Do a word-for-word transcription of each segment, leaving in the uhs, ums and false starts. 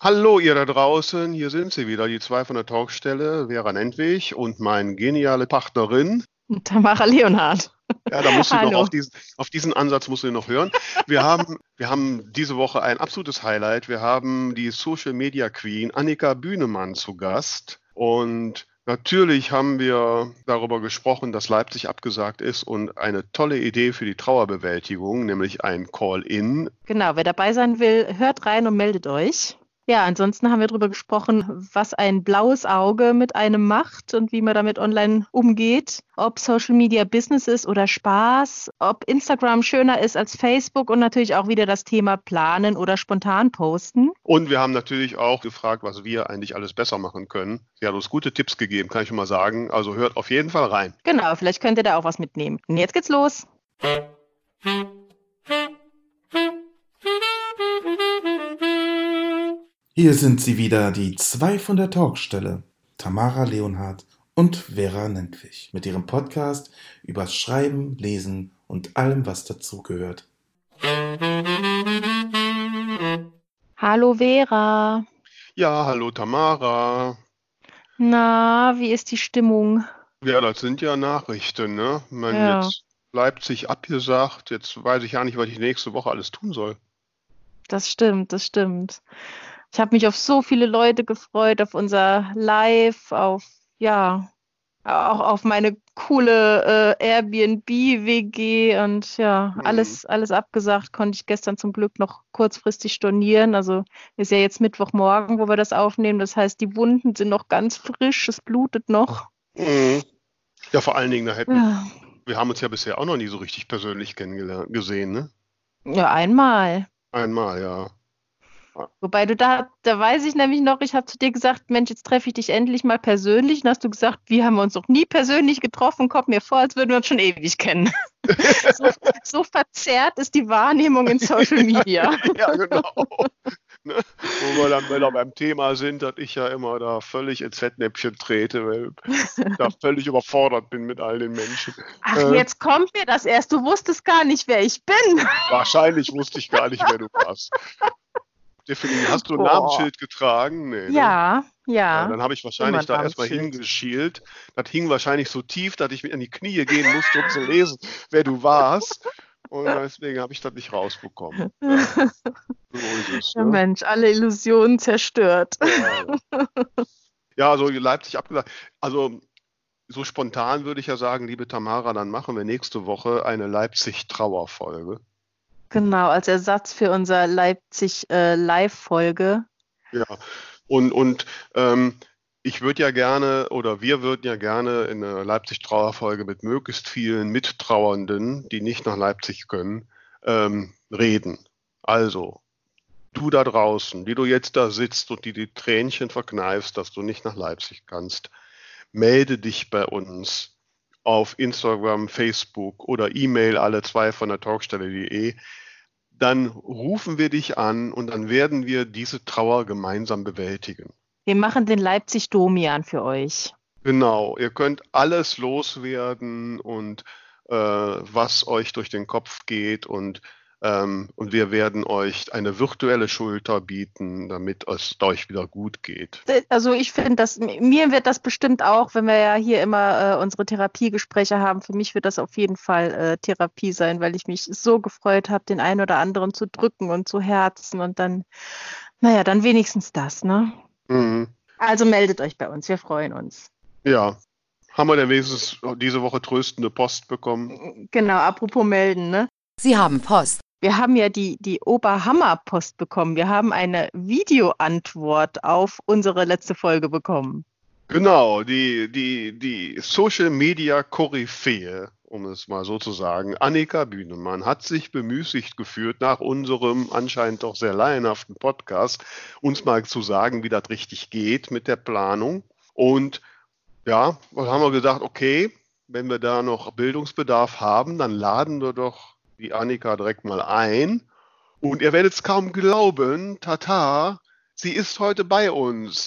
Hallo ihr da draußen, hier sind sie wieder, die zwei von der Talkstelle, Vera Nentwich und meine geniale Partnerin. Tamara Leonhardt. Ja, da musst du noch Hallo. auf diesen, auf diesen Ansatz musst du noch hören. Wir haben, wir haben diese Woche ein absolutes Highlight. Wir haben die Social Media Queen Annika Bühnemann zu Gast. Und natürlich haben wir darüber gesprochen, dass Leipzig abgesagt ist und eine tolle Idee für die Trauerbewältigung, nämlich ein Call-in. Genau, wer dabei sein will, hört rein und meldet euch. Ja, ansonsten haben wir darüber gesprochen, was ein blaues Auge mit einem macht und wie man damit online umgeht. Ob Social Media Business ist oder Spaß, ob Instagram schöner ist als Facebook und natürlich auch wieder das Thema Planen oder spontan posten. Und wir haben natürlich auch gefragt, was wir eigentlich alles besser machen können. Sie hat uns gute Tipps gegeben, kann ich schon mal sagen. Also hört auf jeden Fall rein. Genau, vielleicht könnt ihr da auch was mitnehmen. Und jetzt geht's los. Hier sind sie wieder, die zwei von der Talkstelle, Tamara Leonhardt und Vera Nentwich, mit ihrem Podcast über Schreiben, Lesen und allem, was dazugehört. Hallo Vera. Ja, hallo Tamara. Na, wie ist die Stimmung? Ja, das sind ja Nachrichten, ne? Man Ja. jetzt Leipzig abgesagt, jetzt weiß ich ja nicht, was ich nächste Woche alles tun soll. Das stimmt, das stimmt. Ich habe mich auf so viele Leute gefreut, auf unser Live, auf, ja, auch auf meine coole äh, Airbnb-W G und ja, Mhm. alles, alles abgesagt, konnte ich gestern zum Glück noch kurzfristig stornieren. Also ist ja jetzt Mittwochmorgen, wo wir das aufnehmen. Das heißt, die Wunden sind noch ganz frisch, es blutet noch. Mhm. Ja, vor allen Dingen, da hätten, Ja, wir haben uns ja bisher auch noch nie so richtig persönlich kennengelernt, gesehen, ne? ja, einmal. Einmal, ja. Wobei du da, da weiß ich nämlich noch, ich habe zu dir gesagt, Mensch, jetzt treffe ich dich endlich mal persönlich. Und hast du gesagt, wir haben uns noch nie persönlich getroffen. Kommt mir vor, als würden wir uns schon ewig kennen. So, so verzerrt ist die Wahrnehmung in Social Media. Ja, genau. Ne? Wo wir dann wieder beim Thema sind, dass ich ja immer da völlig ins Fettnäpfchen trete, weil ich da völlig überfordert bin mit all den Menschen. Ach, Äh, jetzt kommt mir das erst. Du wusstest gar nicht, wer ich bin. Wahrscheinlich wusste ich gar nicht, wer du warst. Definitiv. Hast du ein Boah. Namensschild getragen? Nee, ne? Ja, Ja, ja. dann habe ich Immer wahrscheinlich ein da erstmal Namensschild. hingeschielt. Das hing wahrscheinlich so tief, dass ich mir an die Knie gehen musste, um zu lesen, wer du warst. Und deswegen habe ich das nicht rausbekommen. Ja, so ist es. Ja, Ne? Mensch, alle Illusionen zerstört. Ja, ja. Ja, also Leipzig abgesagt. Also so spontan würde ich ja sagen, liebe Tamara, dann machen wir nächste Woche eine Leipzig-Trauerfolge. Genau, als Ersatz für unser Leipzig äh, Live-Folge. Ja, und, und ähm, ich würde ja gerne, oder wir würden ja gerne in einer Leipzig-Trauerfolge mit möglichst vielen Mittrauernden, die nicht nach Leipzig können, ähm, reden. Also, du da draußen, die du jetzt da sitzt und die die Tränchen verkneifst, dass du nicht nach Leipzig kannst, melde dich bei uns auf Instagram, Facebook oder E-Mail alle zwei von der Talkstelle punkt de. Dann rufen wir dich an und dann werden wir diese Trauer gemeinsam bewältigen. Wir machen den Leipzig-Domian für euch. Genau, ihr könnt alles loswerden und äh, was euch durch den Kopf geht und, ähm, und wir werden euch eine virtuelle Schulter bieten, damit es euch wieder gut geht. Also ich finde, dass mir wird das bestimmt auch, wenn wir ja hier immer äh, unsere Therapiegespräche haben, für mich wird das auf jeden Fall äh, Therapie sein, weil ich mich so gefreut habe, den einen oder anderen zu drücken und zu herzen und dann, naja, dann wenigstens das, ne? Mhm. Also meldet euch bei uns, wir freuen uns. Ja, haben wir denn wenigstens diese Woche tröstende Post bekommen? Genau, apropos melden, ne? Sie haben Post. Wir haben ja die, die Oberhammer-Post bekommen. Wir haben eine Videoantwort auf unsere letzte Folge bekommen. Genau, die, die, die Social Media Koryphäe, um es mal so zu sagen, Annika Bühnemann hat sich bemüßigt gefühlt, nach unserem anscheinend doch sehr laienhaften Podcast, uns mal zu sagen, wie das richtig geht mit der Planung. Und ja, dann haben wir gesagt, okay, wenn wir da noch Bildungsbedarf haben, dann laden wir doch die Annika direkt mal ein. Und ihr werdet es kaum glauben, tata, sie ist heute bei uns.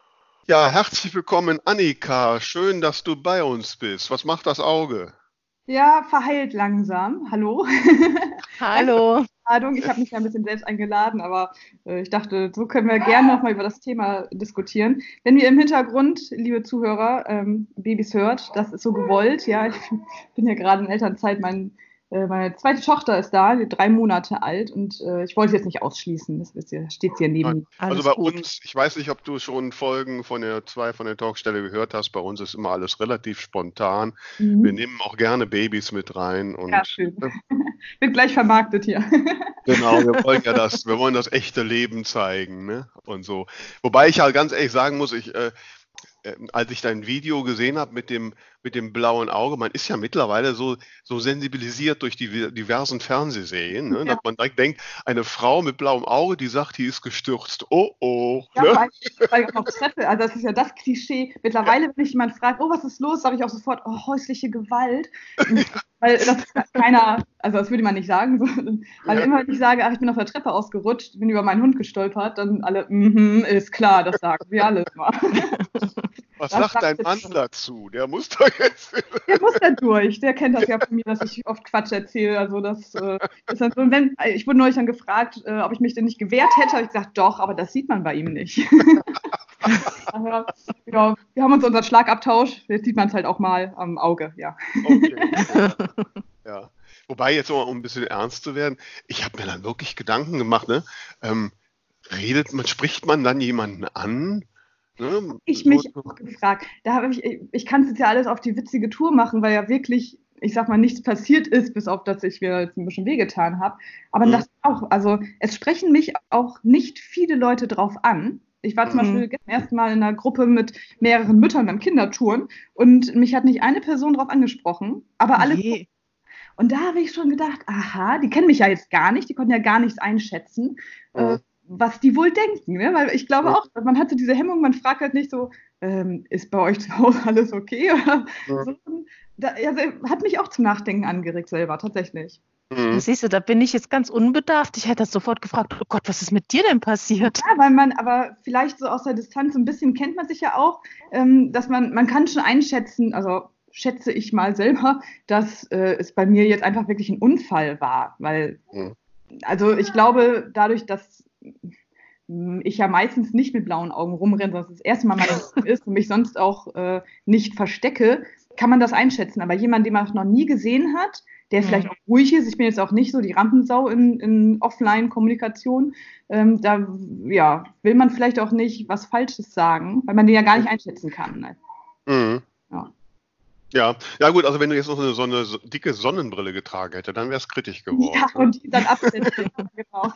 Ja, herzlich willkommen, Annika. Schön, dass du bei uns bist. Was macht das Auge? Ja, verheilt langsam. Hallo. Hallo. Einladung. Ich habe mich ja ein bisschen selbst eingeladen, aber äh, ich dachte, so können wir gerne nochmal über das Thema diskutieren. Wenn ihr im Hintergrund, liebe Zuhörer, ähm, Babys hört, das ist so gewollt. Ja, ich bin ja gerade in Elternzeit, mein Meine zweite Tochter ist da, die drei Monate alt und äh, ich wollte es jetzt nicht ausschließen. Das wisst ihr, steht hier neben mir. Also bei gut. uns, ich weiß nicht, ob du schon Folgen von der zwei von der Talkstelle gehört hast, bei uns ist immer alles relativ spontan. Mhm. Wir nehmen auch gerne Babys mit rein. Und, ja, schön. Wird gleich vermarktet hier. Genau, wir wollen ja das, wir wollen das echte Leben zeigen, ne? Und so. Wobei ich halt ganz ehrlich sagen muss, ich äh, als ich dein Video gesehen habe mit dem, mit dem blauen Auge, man ist ja mittlerweile so, so sensibilisiert durch die diversen Fernsehserien, ne, ja. dass man direkt denkt, eine Frau mit blauem Auge, die sagt, die ist gestürzt. Oh, oh. Ja, ne? weil, weil ich auch treffe, also das ist ja das Klischee. Mittlerweile, ja. wenn mich jemand fragt, oh, was ist los, sage ich auch sofort, oh, häusliche Gewalt. Weil das keiner, also das würde man nicht sagen, so, weil ja. immer, wenn ich sage, ach, ich bin auf der Treppe ausgerutscht, bin über meinen Hund gestolpert, dann alle, mhm, ist klar, das sagen wir alle mal. Was das sagt dein Mann dazu? Der muss doch jetzt... Der muss da durch. Der kennt das ja von mir, dass ich oft Quatsch erzähle. Also das äh, ist dann so. Und wenn, ich wurde neulich dann gefragt, äh, ob ich mich denn nicht gewehrt hätte. Habe ich gesagt, doch, aber das sieht man bei ihm nicht. Aber, ja, wir haben uns unseren Schlagabtausch. Jetzt sieht man es halt auch mal am Auge, ja. Okay. Ja. Wobei, jetzt um ein bisschen ernst zu werden, ich habe mir dann wirklich Gedanken gemacht, ne? Ähm, redet man, spricht man dann jemanden an? Ne? Ich mich auch gefragt. Da habe ich, ich kann es jetzt ja alles auf die witzige Tour machen, weil ja wirklich, ich sag mal, nichts passiert ist, bis auf, dass ich mir jetzt ein bisschen wehgetan habe. Aber mhm. das auch, also es sprechen mich auch nicht viele Leute drauf an. Ich war zum mhm. Beispiel zum ersten Mal in einer Gruppe mit mehreren Müttern beim Kindertouren und mich hat nicht eine Person drauf angesprochen, aber alle. Nee. Und da habe ich schon gedacht, aha, die kennen mich ja jetzt gar nicht, die konnten ja gar nichts einschätzen. Mhm. Äh, was die wohl denken, ne? Weil ich glaube auch, man hat so diese Hemmung, man fragt halt nicht so, ähm, ist bei euch zu Hause alles okay? Oder ja. so. Da, also, hat mich auch zum Nachdenken angeregt selber, tatsächlich. Mhm. Siehst du, da bin ich jetzt ganz unbedarft. Ich hätte das sofort gefragt, oh Gott, was ist mit dir denn passiert? Ja, weil man aber vielleicht so aus der Distanz so ein bisschen kennt man sich ja auch, ähm, dass man, man kann schon einschätzen, also schätze ich mal selber, dass äh, es bei mir jetzt einfach wirklich ein Unfall war, weil, mhm. also ich glaube, dadurch, dass ich ja meistens nicht mit blauen Augen rumrenne, sondern es das erste Mal mein Leben ist und mich sonst auch äh, nicht verstecke, kann man das einschätzen. Aber jemand, den man noch nie gesehen hat, der mhm. vielleicht auch ruhig ist, ich bin jetzt auch nicht so die Rampensau in, in Offline-Kommunikation, ähm, da ja, will man vielleicht auch nicht was Falsches sagen, weil man den ja gar nicht einschätzen kann. Ne? Mhm. Ja. Ja, ja gut, also wenn du jetzt noch eine, so eine so dicke Sonnenbrille getragen hättest, dann wäre es kritisch geworden. Ja, ne? Und die dann absetzen, genau.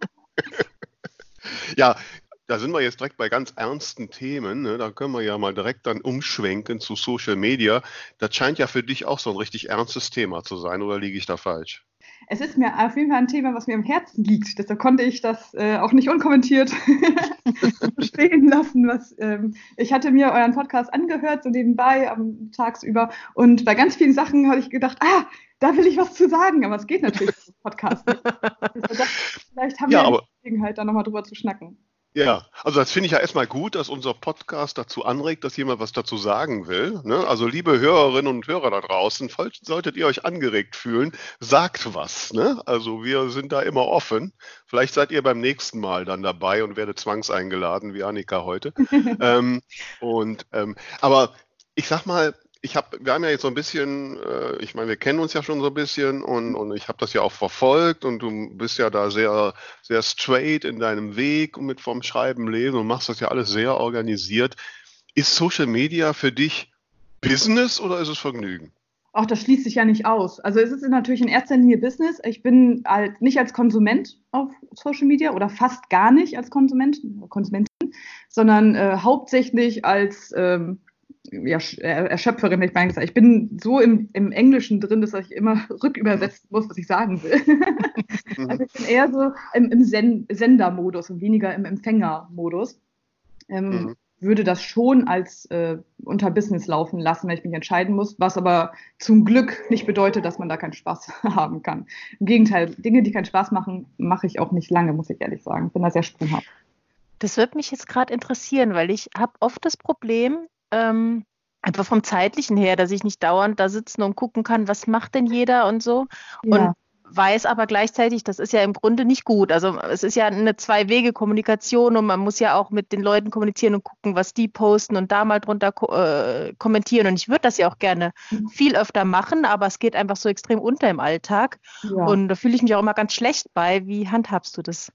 Ja, da sind wir jetzt direkt bei ganz ernsten Themen. Ne? Da können wir ja mal direkt dann umschwenken zu Social Media. Das scheint ja für dich auch so ein richtig ernstes Thema zu sein, oder liege ich da falsch? Es ist mir auf jeden Fall ein Thema, was mir am Herzen liegt. Deshalb konnte ich das äh, auch nicht unkommentiert stehen lassen. Was, ähm, ich hatte mir euren Podcast angehört, so nebenbei, am tagsüber. Und bei ganz vielen Sachen habe ich gedacht, ah, da will ich was zu sagen. Aber es geht natürlich im Podcast nicht. Also vielleicht haben ja, wir die Gelegenheit, da nochmal drüber zu schnacken. Ja, also das finde ich ja erstmal gut, dass unser Podcast dazu anregt, dass jemand was dazu sagen will. Ne? Also liebe Hörerinnen und Hörer da draußen, falls solltet ihr euch angeregt fühlen, sagt was. Ne? Also wir sind da immer offen. Vielleicht seid ihr beim nächsten Mal dann dabei und werdet zwangseingeladen, wie Annika heute. ähm, und ähm, aber ich sag mal, ich habe, wir haben ja jetzt so ein bisschen, äh, ich meine, wir kennen uns ja schon so ein bisschen und, und ich habe das ja auch verfolgt und du bist ja da sehr, sehr straight in deinem Weg und mit vom Schreiben, Lesen und machst das ja alles sehr organisiert. Ist Social Media für dich Business oder ist es Vergnügen? Auch das schließt sich ja nicht aus. Also es ist natürlich in erster Linie Business. Ich bin halt nicht als Konsument auf Social Media oder fast gar nicht als Konsument, Konsumentin, sondern äh, hauptsächlich als ähm, ja, Erschöpferin, hätte ich mal gesagt. Ich bin so im, im Englischen drin, dass ich immer rückübersetzen muss, was ich sagen will. Also ich bin eher so im, im Sen- Sendermodus und weniger im Empfängermodus. Ähm, mhm. Würde das schon als äh, unter Business laufen lassen, wenn ich mich entscheiden muss, was aber zum Glück nicht bedeutet, dass man da keinen Spaß haben kann. Im Gegenteil, Dinge, die keinen Spaß machen, mache ich auch nicht lange, muss ich ehrlich sagen. Ich bin da sehr sprunghaft. Das würde mich jetzt gerade interessieren, weil ich habe oft das Problem, Ähm, einfach vom Zeitlichen her, dass ich nicht dauernd da sitzen und gucken kann, was macht denn jeder und so. Ja. Und weiß aber gleichzeitig, das ist ja im Grunde nicht gut. Also es ist ja eine Zwei-Wege-Kommunikation und man muss ja auch mit den Leuten kommunizieren und gucken, was die posten und da mal drunter ko- äh, kommentieren. Und ich würde das ja auch gerne viel öfter machen, aber es geht einfach so extrem unter im Alltag. Ja. Und da fühle ich mich auch immer ganz schlecht bei. Wie handhabst du das?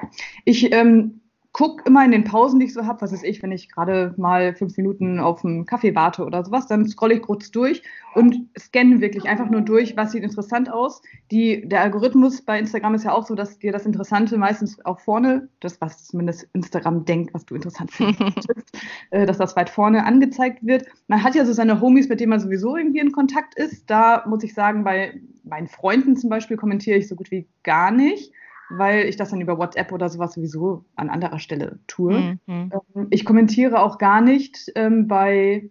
Ich ähm, gucke immer in den Pausen, die ich so habe, was weiß ich, wenn ich gerade mal fünf Minuten auf einen Kaffee warte oder sowas, dann scrolle ich kurz durch und scanne wirklich einfach nur durch, was sieht interessant aus. Die, der Algorithmus bei Instagram ist ja auch so, dass dir das Interessante meistens auch vorne, das, was zumindest Instagram denkt, was du interessant findest, äh, dass das weit vorne angezeigt wird. Man hat ja so seine Homies, mit denen man sowieso irgendwie in Kontakt ist. Da muss ich sagen, bei meinen Freunden zum Beispiel kommentiere ich so gut wie gar nicht, weil ich das dann über WhatsApp oder sowas sowieso an anderer Stelle tue. Mhm. Ähm, ich kommentiere auch gar nicht ähm, bei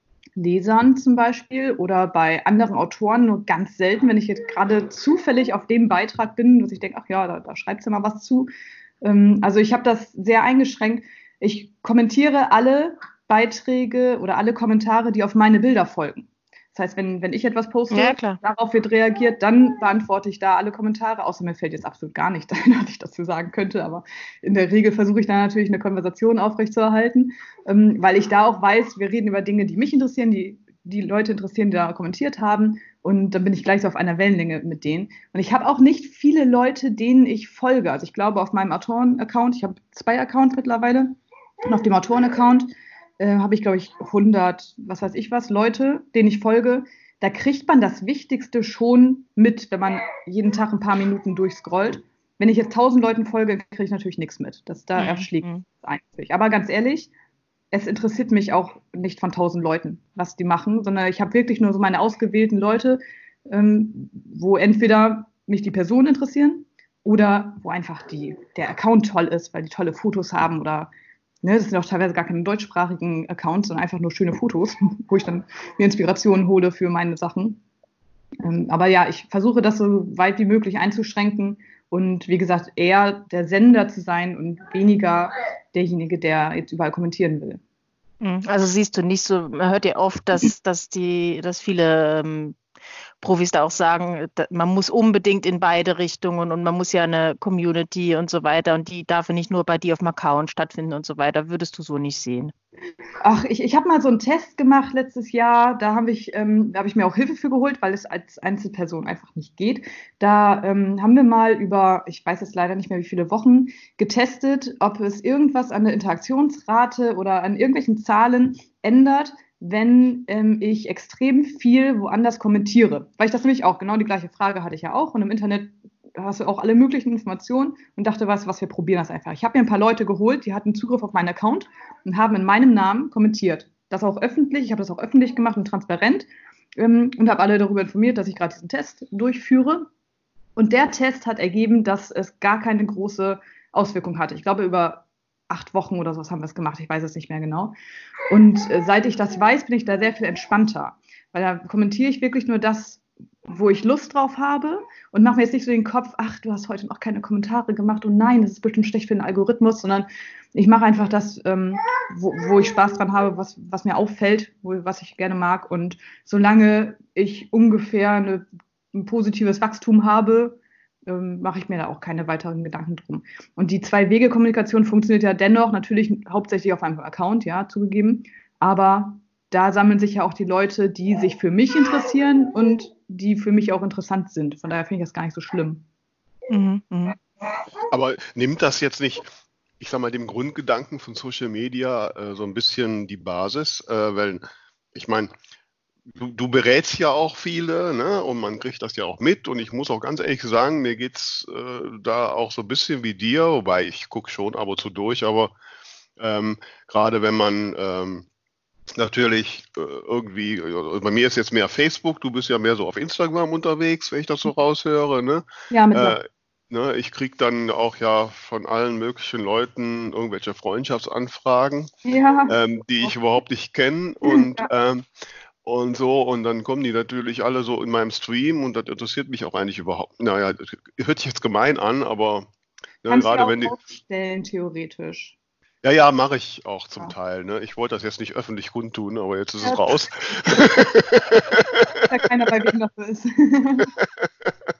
Lesern zum Beispiel oder bei anderen Autoren, nur ganz selten, wenn ich jetzt gerade zufällig auf dem Beitrag bin, dass ich denke, ach ja, da, da schreibt sie mal was zu. Ähm, also ich habe das sehr eingeschränkt. Ich kommentiere alle Beiträge oder alle Kommentare, die auf meine Bilder folgen. Das heißt, wenn, wenn ich etwas poste, Ja, klar. darauf wird reagiert, dann beantworte ich da alle Kommentare, außer mir fällt jetzt absolut gar nicht ein, was ich dazu sagen könnte, aber in der Regel versuche ich da natürlich eine Konversation aufrechtzuerhalten, ähm, weil ich da auch weiß, wir reden über Dinge, die mich interessieren, die die Leute interessieren, die da kommentiert haben, und dann bin ich gleich so auf einer Wellenlänge mit denen. Und ich habe auch nicht viele Leute, denen ich folge. Also ich glaube, auf meinem Autoren-Account, ich habe zwei Accounts mittlerweile, und auf dem Autoren-Account Äh, habe ich, glaube ich, hundert, was weiß ich was, Leute, denen ich folge. Da kriegt man das Wichtigste schon mit, wenn man jeden Tag ein paar Minuten durchscrollt. Wenn ich jetzt tausend Leuten folge, kriege ich natürlich nichts mit. Das da Mhm. erschlägt es eigentlich. Aber ganz ehrlich, es interessiert mich auch nicht von tausend Leuten, was die machen, sondern ich habe wirklich nur so meine ausgewählten Leute, ähm, wo entweder mich die Personen interessieren oder wo einfach die, der Account toll ist, weil die tolle Fotos haben oder Ne, das sind auch teilweise gar keine deutschsprachigen Accounts, sondern einfach nur schöne Fotos, wo ich dann mir Inspirationen hole für meine Sachen. Ähm, aber ja, ich versuche das so weit wie möglich einzuschränken und wie gesagt, eher der Sender zu sein und weniger derjenige, der jetzt überall kommentieren will. Also siehst du nicht so, man hört ja oft, dass, dass die, dass viele ähm, Profis da auch sagen, da, man muss unbedingt in beide Richtungen und man muss ja eine Community und so weiter und die darf nicht nur bei dir auf dem Account stattfinden und so weiter. Würdest du so nicht sehen? Ach, ich, ich habe mal so einen Test gemacht letztes Jahr, da habe ich, ähm, da hab ich mir auch Hilfe für geholt, weil es als Einzelperson einfach nicht geht. Da ähm, haben wir mal über, ich weiß jetzt leider nicht mehr wie viele Wochen, getestet, ob es irgendwas an der Interaktionsrate oder an irgendwelchen Zahlen ändert, wenn ähm, ich extrem viel woanders kommentiere. Weil ich das nämlich auch, genau die gleiche Frage hatte ich ja auch. Und im Internet hast du auch alle möglichen Informationen und dachte, weißt du was, wir probieren das einfach. Ich habe mir ein paar Leute geholt, die hatten Zugriff auf meinen Account und haben in meinem Namen kommentiert. Das auch öffentlich, ich habe das auch öffentlich gemacht und transparent ähm, und habe alle darüber informiert, dass ich gerade diesen Test durchführe. Und der Test hat ergeben, dass es gar keine große Auswirkung hatte. Ich glaube, über acht Wochen oder sowas haben wir es gemacht, ich weiß es nicht mehr genau. Und äh, seit ich das weiß, bin ich da sehr viel entspannter, weil da kommentiere ich wirklich nur das, wo ich Lust drauf habe und mache mir jetzt nicht so den Kopf, ach, du hast heute noch keine Kommentare gemacht und nein, das ist bestimmt schlecht für den Algorithmus, sondern ich mache einfach das, ähm, wo, wo ich Spaß dran habe, was, was mir auffällt, wo, was ich gerne mag, und solange ich ungefähr eine, ein positives Wachstum habe, ähm, mache ich mir da auch keine weiteren Gedanken drum. Und die Zwei-Wege-Kommunikation funktioniert ja dennoch natürlich hauptsächlich auf einem Account, ja, zugegeben, aber da sammeln sich ja auch die Leute, die sich für mich interessieren und die für mich auch interessant sind. Von daher finde ich das gar nicht so schlimm. Mhm, mh. Aber nimmt das jetzt nicht, ich sag mal, dem Grundgedanken von Social Media äh, so ein bisschen die Basis? Äh, weil, ich meine, du, du berätst ja auch viele, ne? Und man kriegt das ja auch mit. Und ich muss auch ganz ehrlich sagen, mir geht's äh, da auch so ein bisschen wie dir, wobei ich gucke schon ab und zu durch, aber ähm, gerade wenn man ähm, natürlich äh, irgendwie, äh, bei mir ist jetzt mehr Facebook, du bist ja mehr so auf Instagram unterwegs, wenn ich das so raushöre, ne? Ja, mit Äh, ne, ich kriege dann auch ja von allen möglichen Leuten irgendwelche Freundschaftsanfragen, ja. ähm, die ich überhaupt nicht kenne und, ähm, und so, und dann kommen die natürlich alle so in meinem Stream und das interessiert mich auch eigentlich überhaupt. Naja, das hört sich jetzt gemein an, aber ne, Kannst du gerade auch wenn die. aufstellen, theoretisch. Ja, ja, mache ich auch zum Ja. Teil. Ne? Ich wollte das jetzt nicht öffentlich kundtun, aber jetzt ist es Ja. raus. Weiß ja keiner, bei wem das so ist.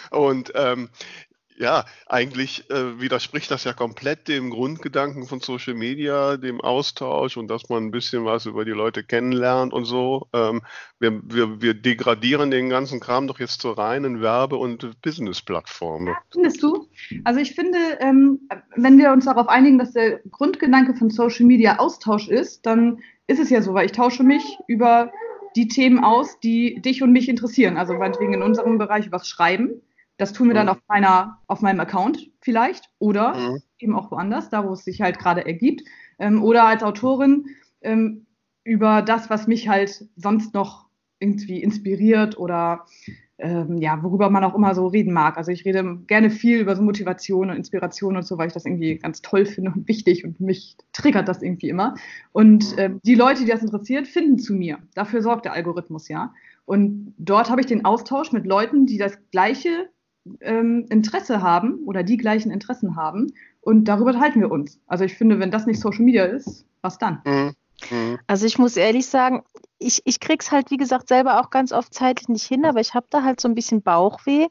Und ähm, ja, eigentlich äh, widerspricht das ja komplett dem Grundgedanken von Social Media, dem Austausch und dass man ein bisschen was über die Leute kennenlernt und so. Ähm, wir, wir, wir degradieren den ganzen Kram doch jetzt zur reinen Werbe- und Business-Plattform. Findest du? Also ich finde, ähm, wenn wir uns darauf einigen, dass der Grundgedanke von Social Media Austausch ist, dann ist es ja so, weil ich tausche mich über die Themen aus, die dich und mich interessieren. Also meinetwegen in unserem Bereich übers Schreiben. Das tun wir dann Mhm. auf meiner, auf meinem Account vielleicht oder Mhm. eben auch woanders, da wo es sich halt gerade ergibt. Ähm, oder als Autorin ähm, über das, was mich halt sonst noch irgendwie inspiriert oder ähm, ja, worüber man auch immer so reden mag. Also ich rede gerne viel über so Motivation und Inspiration und so, weil ich das irgendwie ganz toll finde und wichtig und mich triggert das irgendwie immer. Und ähm, die Leute, die das interessiert, finden zu mir. Dafür sorgt der Algorithmus, ja. Und dort habe ich den Austausch mit Leuten, die das gleiche ähm, Interesse haben oder die gleichen Interessen haben. Und darüber unterhalten wir uns. Also ich finde, wenn das nicht Social Media ist, was dann? Mhm. Mhm. Also ich muss ehrlich sagen, ich, ich krieg's halt, wie gesagt, selber auch ganz oft zeitlich nicht hin, aber ich habe da halt so ein bisschen Bauchweh.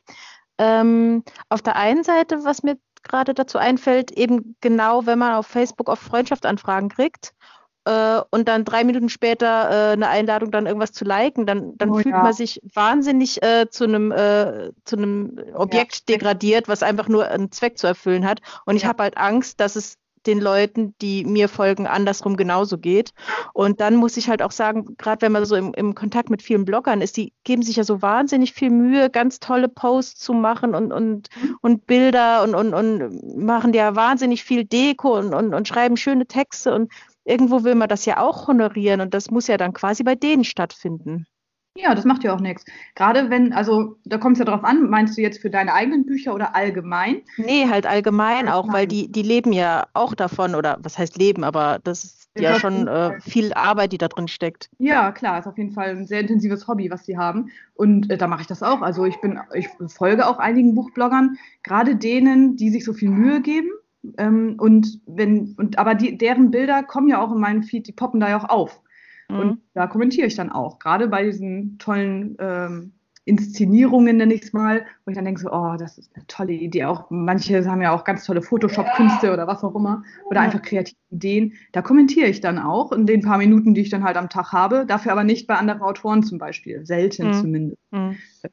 Ähm, auf der einen Seite, was mir gerade dazu einfällt, eben genau, wenn man auf Facebook oft Freundschaftsanfragen kriegt äh, und dann drei Minuten später äh, eine Einladung, dann irgendwas zu liken, dann, dann Oh fühlt ja. man sich wahnsinnig äh, zu einem äh, zu einem Objekt Ja. degradiert, was einfach nur einen Zweck zu erfüllen hat. Und ich Ja. habe halt Angst, dass es den Leuten, die mir folgen, andersrum genauso geht. Und dann muss ich halt auch sagen, gerade wenn man so im, im Kontakt mit vielen Bloggern ist, die geben sich ja so wahnsinnig viel Mühe, ganz tolle Posts zu machen und, und, und Bilder und, und, und machen ja wahnsinnig viel Deko und, und, und schreiben schöne Texte. Und irgendwo will man das ja auch honorieren und das muss ja dann quasi bei denen stattfinden. Ja, das macht ja auch nichts. Gerade wenn, also da kommt es ja drauf an, meinst du jetzt für deine eigenen Bücher oder allgemein? Nee, halt allgemein auch, weil Allgemein. die, die leben ja auch davon, oder was heißt leben, aber das ist ja Etwas- schon äh, viel Arbeit, die da drin steckt. Ja, klar, ist auf jeden Fall ein sehr intensives Hobby, was sie haben. Und äh, da mache ich das auch. Also ich bin, ich folge auch einigen Buchbloggern, gerade denen, die sich so viel Mühe geben. Ähm, und wenn, und aber die, deren Bilder kommen ja auch in meinem Feed, die poppen da ja auch auf. Und Mhm. da kommentiere ich dann auch, gerade bei diesen tollen ähm, Inszenierungen, nenne ich es mal, wo ich dann denke so, oh, das ist eine tolle Idee. Auch manche haben ja auch ganz tolle Photoshop-Künste oder was auch immer oder Ja. einfach kreative Ideen. Da kommentiere ich dann auch in den paar Minuten, die ich dann halt am Tag habe. Dafür aber nicht bei anderen Autoren zum Beispiel, selten Mhm. zumindest. Mhm.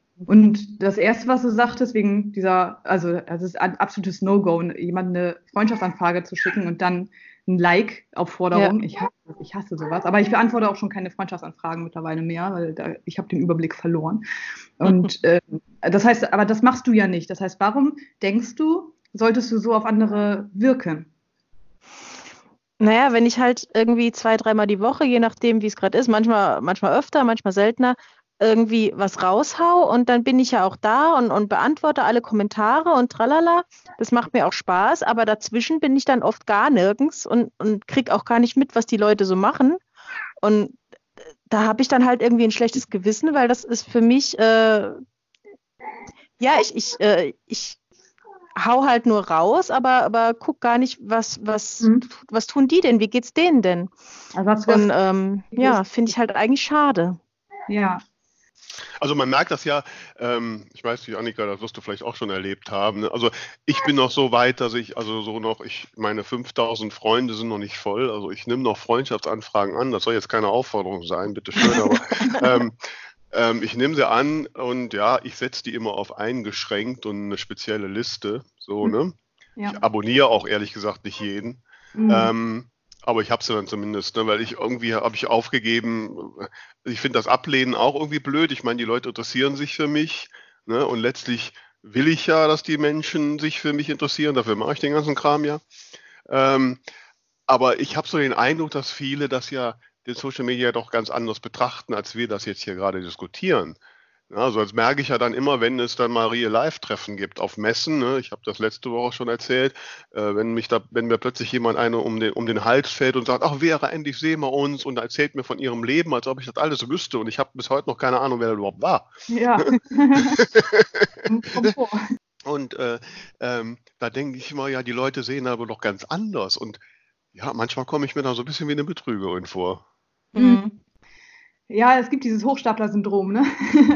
Und das Erste, was du sagtest, wegen dieser, also das ist ein absolutes No-Go, jemand eine Freundschaftsanfrage zu schicken und dann ein Like-Aufforderung. Ich hasse, ich hasse sowas. Aber ich beantworte auch schon keine Freundschaftsanfragen mittlerweile mehr, weil da, ich habe den Überblick verloren. Und äh, das heißt, aber das machst du ja nicht. Das heißt, warum denkst du, solltest du so auf andere wirken? Naja, wenn ich halt irgendwie zwei, dreimal die Woche, je nachdem, wie es gerade ist, manchmal, manchmal öfter, manchmal seltener, irgendwie was raushau und dann bin ich ja auch da und, und beantworte alle Kommentare und tralala. Das macht mir auch Spaß, aber dazwischen bin ich dann oft gar nirgends und, und krieg auch gar nicht mit, was die Leute so machen. Und da habe ich dann halt irgendwie ein schlechtes Gewissen, weil das ist für mich, äh, ja, ich, ich, äh, ich hau halt nur raus, aber, aber guck gar nicht, was, was, Mhm. was tun die denn? Wie geht's denen denn? Also hast du Und das, ähm, ja, finde ich halt eigentlich schade. ja. Also man merkt das ja, ähm, ich weiß nicht, Annika, das wirst du vielleicht auch schon erlebt haben. Ne? Also ich bin noch so weit, dass ich, also so noch, ich, meine fünftausend Freunde sind noch nicht voll. Also ich nehme noch Freundschaftsanfragen an. Das soll jetzt keine Aufforderung sein, bitteschön, aber ähm, ähm, ich nehme sie an und ja, ich setze die immer auf eingeschränkt und eine spezielle Liste. So, ne? Ja. Ich abonniere auch ehrlich gesagt nicht jeden. Mhm. Ähm, aber ich habe sie dann zumindest, ne, weil ich irgendwie habe ich aufgegeben. Ich finde das Ablehnen auch irgendwie blöd. Ich meine, die Leute interessieren sich für mich, ne, und letztlich will ich ja, dass die Menschen sich für mich interessieren. Dafür mache ich den ganzen Kram ja. Ähm, aber ich habe so den Eindruck, dass viele das ja den Social Media doch ganz anders betrachten, als wir das jetzt hier gerade diskutieren. Ja, also das merke ich ja dann immer, wenn es dann mal Real-Life-Treffen gibt auf Messen. Ne? Ich habe das letzte Woche schon erzählt, äh, wenn mich da, wenn mir plötzlich jemand eine um den, um den Hals fällt und sagt, ach Vera, endlich sehen wir uns und erzählt mir von ihrem Leben, als ob ich das alles wüsste und ich habe bis heute noch keine Ahnung, wer das überhaupt war. Ja. Kommt vor. Und äh, ähm, da denke ich immer, ja, die Leute sehen aber doch ganz anders und ja, manchmal komme ich mir da so ein bisschen wie eine Betrügerin vor. Mhm. Ja, es gibt dieses Hochstapler-Syndrom, ne? Ja.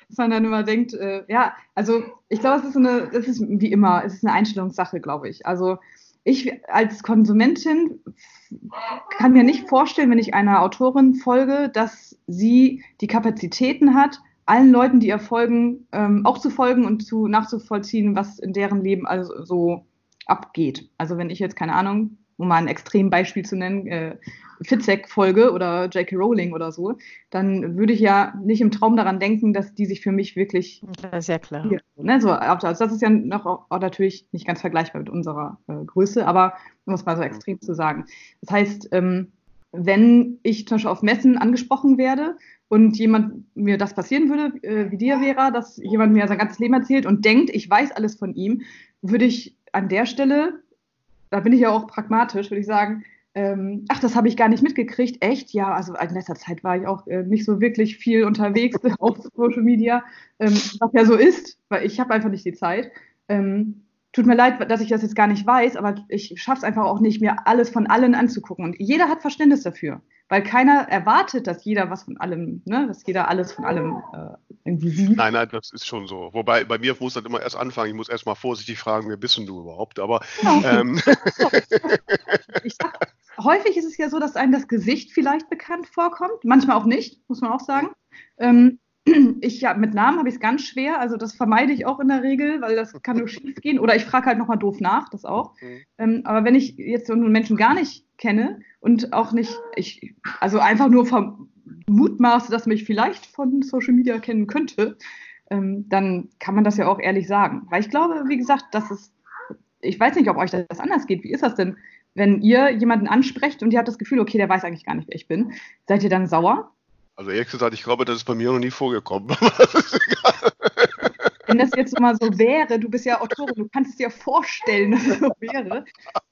dass man dann immer denkt, äh, ja, also ich glaube, es ist so eine, es ist wie immer, es ist eine Einstellungssache, glaube ich. Also ich als Konsumentin kann mir nicht vorstellen, wenn ich einer Autorin folge, dass sie die Kapazitäten hat, allen Leuten, die ihr folgen, ähm, auch zu folgen und zu nachzuvollziehen, was in deren Leben also so abgeht. Also wenn ich jetzt, keine Ahnung, um mal ein Extrembeispiel zu nennen, äh, Fitzek folge oder J K. Rowling oder so, dann würde ich ja nicht im Traum daran denken, dass die sich für mich wirklich... Das ist ja klar. Hier, ne, so, also das ist ja noch auch natürlich nicht ganz vergleichbar mit unserer äh, Größe, aber um es mal so extrem zu sagen. Das heißt, ähm, wenn ich zum Beispiel auf Messen angesprochen werde und jemand mir das passieren würde, äh, wie dir, Vera, dass jemand mir sein ganzes Leben erzählt und denkt, ich weiß alles von ihm, würde ich an der Stelle, da bin ich ja auch pragmatisch, würde ich sagen, ähm, ach, das habe ich gar nicht mitgekriegt. Echt? Ja, also in letzter Zeit war ich auch äh, nicht so wirklich viel unterwegs auf Social Media, ähm, was ja so ist, weil ich habe einfach nicht die Zeit. Ähm, tut mir leid, dass ich das jetzt gar nicht weiß, aber ich schaffe es einfach auch nicht, mir alles von allen anzugucken. Und jeder hat Verständnis dafür, weil keiner erwartet, dass jeder was von allem, ne, dass jeder alles von allem äh, irgendwie sieht. Nein, nein, das ist schon so. Wobei, bei mir muss das immer erst anfangen. Ich muss erst mal vorsichtig fragen, wer bist denn du überhaupt? Aber Ja. ähm, ich sag, häufig ist es ja so, dass einem das Gesicht vielleicht bekannt vorkommt. Manchmal auch nicht, muss man auch sagen. Ähm, ich ja, mit Namen habe ich es ganz schwer. Also das vermeide ich auch in der Regel, weil das kann nur schief gehen. Oder ich frage halt nochmal doof nach, das auch. Mhm. Ähm, aber wenn ich jetzt so einen Menschen gar nicht kenne und auch nicht, ich, also einfach nur vermutmaße, dass mich vielleicht von Social Media kennen könnte, ähm, dann kann man das ja auch ehrlich sagen. Weil ich glaube, wie gesagt, dass es, ich weiß nicht, ob euch das anders geht. Wie ist das denn, wenn ihr jemanden ansprecht und ihr habt das Gefühl, okay, der weiß eigentlich gar nicht, wer ich bin? Seid ihr dann sauer? also ehrlich gesagt, ich glaube, das ist bei mir noch nie vorgekommen. Wenn das jetzt mal so wäre, du bist ja Autorin, du kannst es dir vorstellen, dass es so wäre.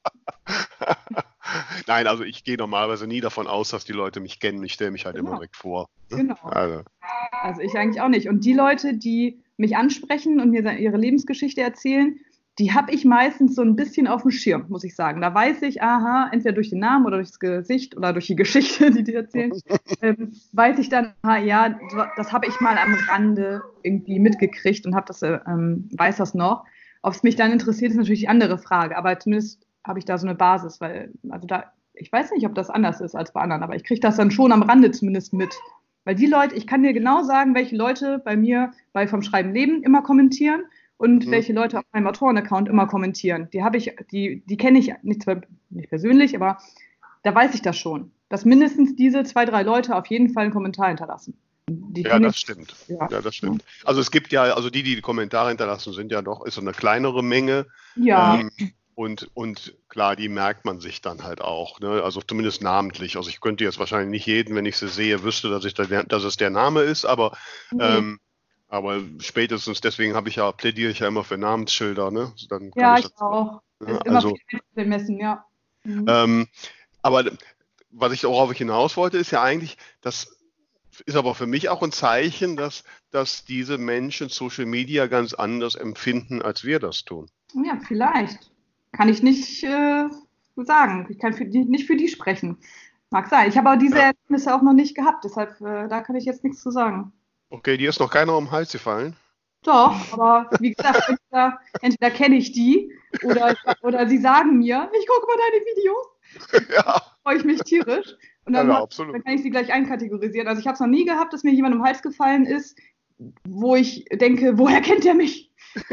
Nein, also ich gehe normalerweise nie davon aus, dass die Leute mich kennen. Ich stelle mich halt Genau. immer direkt vor. Ne? Genau. Also, Also ich eigentlich auch nicht. Und die Leute, die mich ansprechen und mir ihre Lebensgeschichte erzählen, die habe ich meistens so ein bisschen auf dem Schirm, muss ich sagen. Da weiß ich, aha, entweder durch den Namen oder durchs Gesicht oder durch die Geschichte, die die erzählen, ähm, weiß ich dann, aha, ja, das habe ich mal am Rande irgendwie mitgekriegt und habe das, ähm, weiß das noch. Ob es mich dann interessiert, ist natürlich die andere Frage. Aber zumindest habe ich da so eine Basis, weil, also da, ich weiß nicht, ob das anders ist als bei anderen, aber ich kriege das dann schon am Rande zumindest mit. Weil die Leute, ich kann dir genau sagen, welche Leute bei mir bei Vom Schreiben leben immer kommentieren und mhm. welche Leute auf meinem Autoren-Account immer kommentieren. Die habe ich, die, die kenne ich nicht, zwar nicht persönlich, aber da weiß ich das schon, dass mindestens diese zwei, drei Leute auf jeden Fall einen Kommentar hinterlassen. Die ja, das ich, stimmt. Ja. ja, das stimmt. Also es gibt ja, also die, die die Kommentare hinterlassen, sind ja doch, ist so eine kleinere Menge. Ja. Ähm, und, und klar, die merkt man sich dann halt auch, ne? Also zumindest namentlich. Also ich könnte jetzt wahrscheinlich nicht jeden, wenn ich sie sehe, wüsste, dass, ich da, dass es der Name ist, aber, Nee. ähm, aber spätestens deswegen habe ich ja, plädiere ich ja immer für Namensschilder, ne? Dann kann Ja, ich, ich das, auch. ne? Ist immer Also, viel mit Messen, ja. Mhm. ähm, aber was ich worauf ich hinaus wollte, ist ja eigentlich, das ist aber für mich auch ein Zeichen, dass, dass diese Menschen Social Media ganz anders empfinden, als wir das tun. Ja, vielleicht. Kann ich nicht äh, sagen. Ich kann für die, nicht für die sprechen. Mag sein. Ich habe aber diese Ja. Erlebnisse auch noch nicht gehabt, deshalb äh, da kann ich jetzt nichts zu sagen. Okay, dir ist noch keiner um den Hals gefallen? Doch, aber wie gesagt, entweder, entweder kenne ich die oder, oder sie sagen mir, ich gucke mal deine Videos. Ja. Freue ich mich tierisch. Und dann, Ja, hat, absolut. dann kann ich sie gleich einkategorisieren. Also ich habe es noch nie gehabt, dass mir jemand um den Hals gefallen ist, wo ich denke, woher kennt der mich?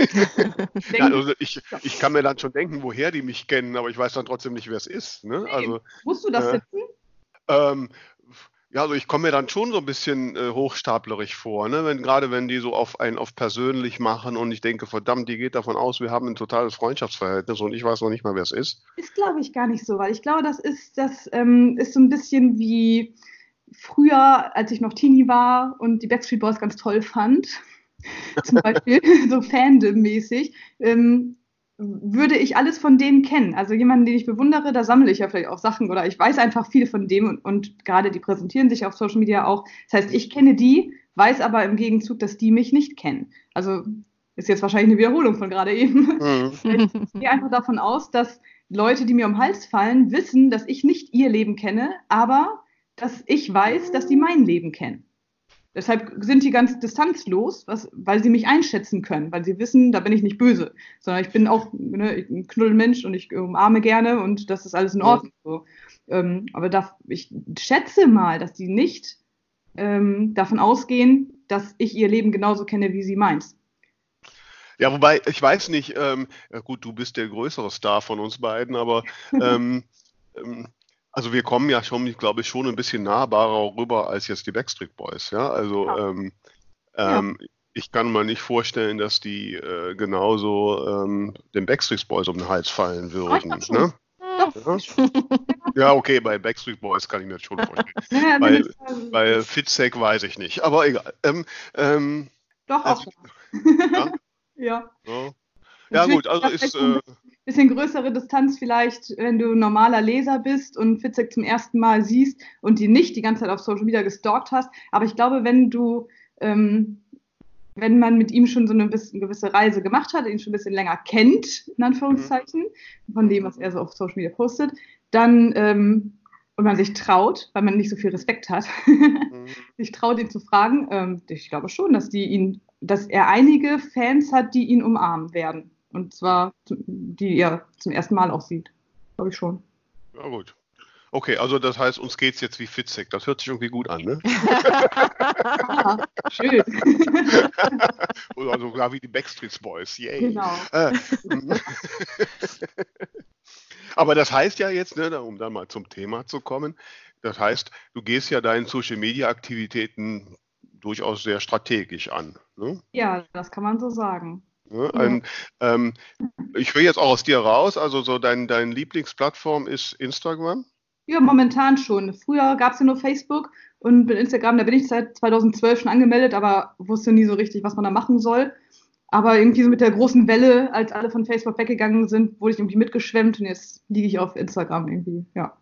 Ja, also ich, ich kann mir dann schon denken, woher die mich kennen, aber ich weiß dann trotzdem nicht, wer es ist. Ne? Nee, Also, musst du das äh, sitzen? ähm, ja, also ich komme mir dann schon so ein bisschen äh, hochstaplerig vor, ne? Wenn, gerade wenn die so auf einen auf persönlich machen und ich denke, verdammt, die geht davon aus, wir haben ein totales Freundschaftsverhältnis und ich weiß noch nicht mal, wer es ist. Ist, glaube ich, gar nicht so, weil ich glaube, das ist, das ähm, ist so ein bisschen wie früher, als ich noch Teenie war und die Backstreet Boys ganz toll fand, zum Beispiel, so Fandom-mäßig, ähm, würde ich alles von denen kennen. Also jemanden, den ich bewundere, da sammle ich ja vielleicht auch Sachen oder ich weiß einfach viel von dem und, und gerade die präsentieren sich auf Social Media auch. Das heißt, ich kenne die, weiß aber im Gegenzug, dass die mich nicht kennen. Also ist jetzt wahrscheinlich eine Wiederholung von gerade eben. Mhm. Ich gehe einfach davon aus, dass Leute, die mir um den Hals fallen, wissen, dass ich nicht ihr Leben kenne, aber dass ich weiß, dass die mein Leben kennen. Deshalb sind die ganz distanzlos, was, weil sie mich einschätzen können, weil sie wissen, da bin ich nicht böse, sondern ich bin auch ne, ein Knuddelmensch und ich umarme gerne und das ist alles in Ordnung. So. Ähm, aber da, ich schätze mal, dass die nicht ähm, davon ausgehen, dass ich ihr Leben genauso kenne, wie sie meins. Ja, wobei, ich weiß nicht, ähm, ja gut, du bist der größere Star von uns beiden, aber ähm, ähm, also wir kommen ja schon, ich glaube, schon ein bisschen nahbarer rüber als jetzt die Backstreet Boys, ja. Also Ja. ähm, Ja. ähm, ich kann mir nicht vorstellen, dass die äh, genauso ähm, den Backstreet Boys um den Hals fallen Aber ich würden. glaub schon. Ne? Doch. Ja? Ja, okay, bei Backstreet Boys kann ich mir das schon vorstellen. Ja, Bei, wenn ich, bei Fitzek weiß ich nicht, aber egal. Ähm, ähm, doch auch. ja, Ja. ja. Ja Natürlich gut, also ist das ist, vielleicht äh, ein bisschen größere Distanz vielleicht, wenn du normaler Leser bist und Fitzek zum ersten Mal siehst und die nicht die ganze Zeit auf Social Media gestalkt hast. Aber ich glaube, wenn du, ähm, wenn man mit ihm schon so eine bisschen, gewisse Reise gemacht hat, ihn schon ein bisschen länger kennt, in Anführungszeichen, von dem, was er so auf Social Media postet, dann ähm, und man sich traut, weil man nicht so viel Respekt hat, mhm. sich traut, ihn zu fragen. Ähm, ich glaube schon, dass die ihn, dass er einige Fans hat, die ihn umarmen werden. Und zwar, die er zum ersten Mal auch sieht. Glaube ich schon. Ja gut. Okay, also das heißt, uns geht's jetzt wie Fitzek. Das hört sich irgendwie gut an, ne? Ah, schön. Oder sogar wie die Backstreet Boys. Yay. Genau. Äh, aber das heißt ja jetzt, ne, um dann mal zum Thema zu kommen, das heißt, du gehst ja deine Social-Media-Aktivitäten durchaus sehr strategisch an. Ne? Ja, das kann man so sagen. Ne? Ja. Ein, ähm, ich höre jetzt auch aus dir raus, also so dein, dein Lieblingsplattform ist Instagram? Ja, momentan schon. Früher gab es ja nur Facebook und mit Instagram, da bin ich seit zweitausendzwölf schon angemeldet, aber wusste nie so richtig, was man da machen soll. Aber irgendwie so mit der großen Welle, als alle von Facebook weggegangen sind, wurde ich irgendwie mitgeschwemmt und jetzt liege ich auf Instagram irgendwie, ja.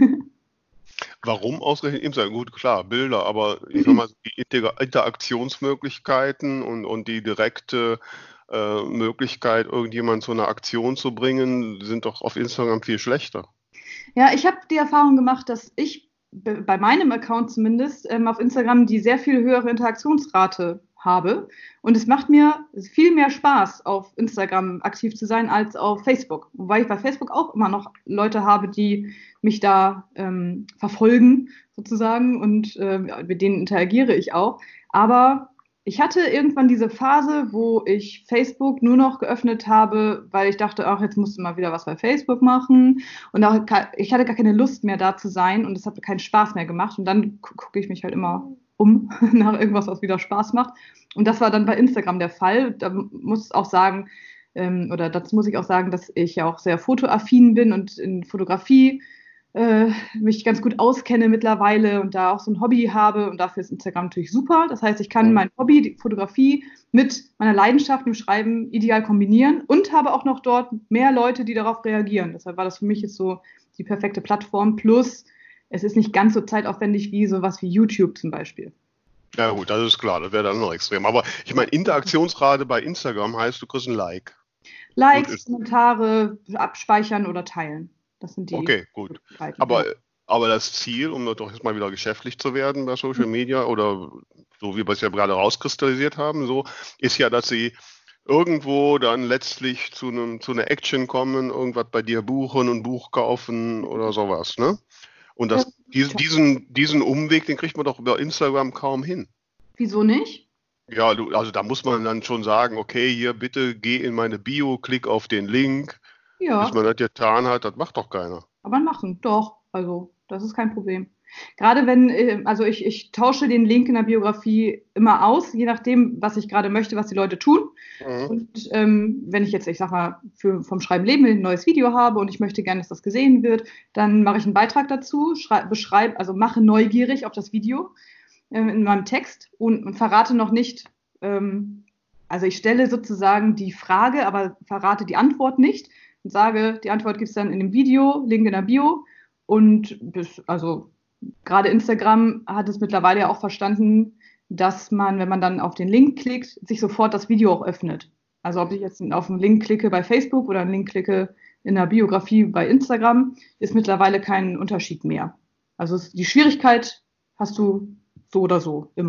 Warum ausgerechnet Instagram? Gut, klar, Bilder, aber ich sag mal, die Inter Interaktionsmöglichkeiten und, und die direkte äh, Möglichkeit, irgendjemanden zu einer Aktion zu bringen, sind doch auf Instagram viel schlechter. Ja, ich habe die Erfahrung gemacht, dass ich be- bei meinem Account zumindest ähm, auf Instagram die sehr viel höhere Interaktionsrate habe. Und es macht mir viel mehr Spaß, auf Instagram aktiv zu sein, als auf Facebook. Wobei ich bei Facebook auch immer noch Leute habe, die mich da ähm, verfolgen, sozusagen, und äh, mit denen interagiere ich auch. Aber ich hatte irgendwann diese Phase, wo ich Facebook nur noch geöffnet habe, weil ich dachte, ach, jetzt musst du mal wieder was bei Facebook machen. Und auch, ich hatte gar keine Lust mehr da zu sein und es hat keinen Spaß mehr gemacht. Und dann gu- gucke ich mich halt immer um nach irgendwas, was wieder Spaß macht. Und das war dann bei Instagram der Fall. Da muss ich auch sagen, ähm, oder dazu muss ich auch sagen, dass ich ja auch sehr fotoaffin bin und in Fotografie äh, mich ganz gut auskenne mittlerweile und da auch so ein Hobby habe und dafür ist Instagram natürlich super. Das heißt, ich kann mein Hobby, die Fotografie, mit meiner Leidenschaft im Schreiben ideal kombinieren und habe auch noch dort mehr Leute, die darauf reagieren. Deshalb war das für mich jetzt so die perfekte Plattform. Plus, es ist nicht ganz so zeitaufwendig wie sowas wie YouTube zum Beispiel. Ja gut, das ist klar, das wäre dann noch extrem. Aber ich meine, Interaktionsrate bei Instagram heißt, du kriegst ein Like. Likes, Gut ist- Kommentare, abspeichern oder teilen. Das sind die. Okay, gut. Möglichkeiten, Aber, ja. aber das Ziel, um doch jetzt mal wieder geschäftlich zu werden bei Social Media oder so wie wir es ja gerade rauskristallisiert haben, so, ist ja, dass sie irgendwo dann letztlich zu einem, zu einer Action kommen, irgendwas bei dir buchen und Buch kaufen oder sowas, ne? Und das, dies- diesen, diesen Umweg, den kriegt man doch über Instagram kaum hin. Wieso nicht? Ja, du, also da muss man dann schon sagen, okay, hier bitte geh in meine Bio, klick auf den Link. Ja, Bis man das getan hat, das macht doch keiner. aber machen, doch. Also, das ist kein Problem. Gerade wenn, äh, also ich, ich tausche den Link in der Biografie immer aus, je nachdem, was ich gerade möchte, was die Leute tun. Mhm. Und ähm, wenn ich jetzt, ich sag mal, für, vom Schreiben Leben ein neues Video habe und ich möchte gerne, dass das gesehen wird, dann mache ich einen Beitrag dazu, beschreibe, also mache neugierig auf das Video ähm, in meinem Text und, und verrate noch nicht, ähm, also ich stelle sozusagen die Frage, aber verrate die Antwort nicht und sage, die Antwort gibt es dann in dem Video, Link in der Bio. Und bis, also gerade Instagram hat es mittlerweile ja auch verstanden, dass man, wenn man dann auf den Link klickt, sich sofort das Video auch öffnet. Also ob ich jetzt auf einen Link klicke bei Facebook oder einen Link klicke in der Biografie bei Instagram, ist mittlerweile kein Unterschied mehr. Also die Schwierigkeit hast du so oder so immer.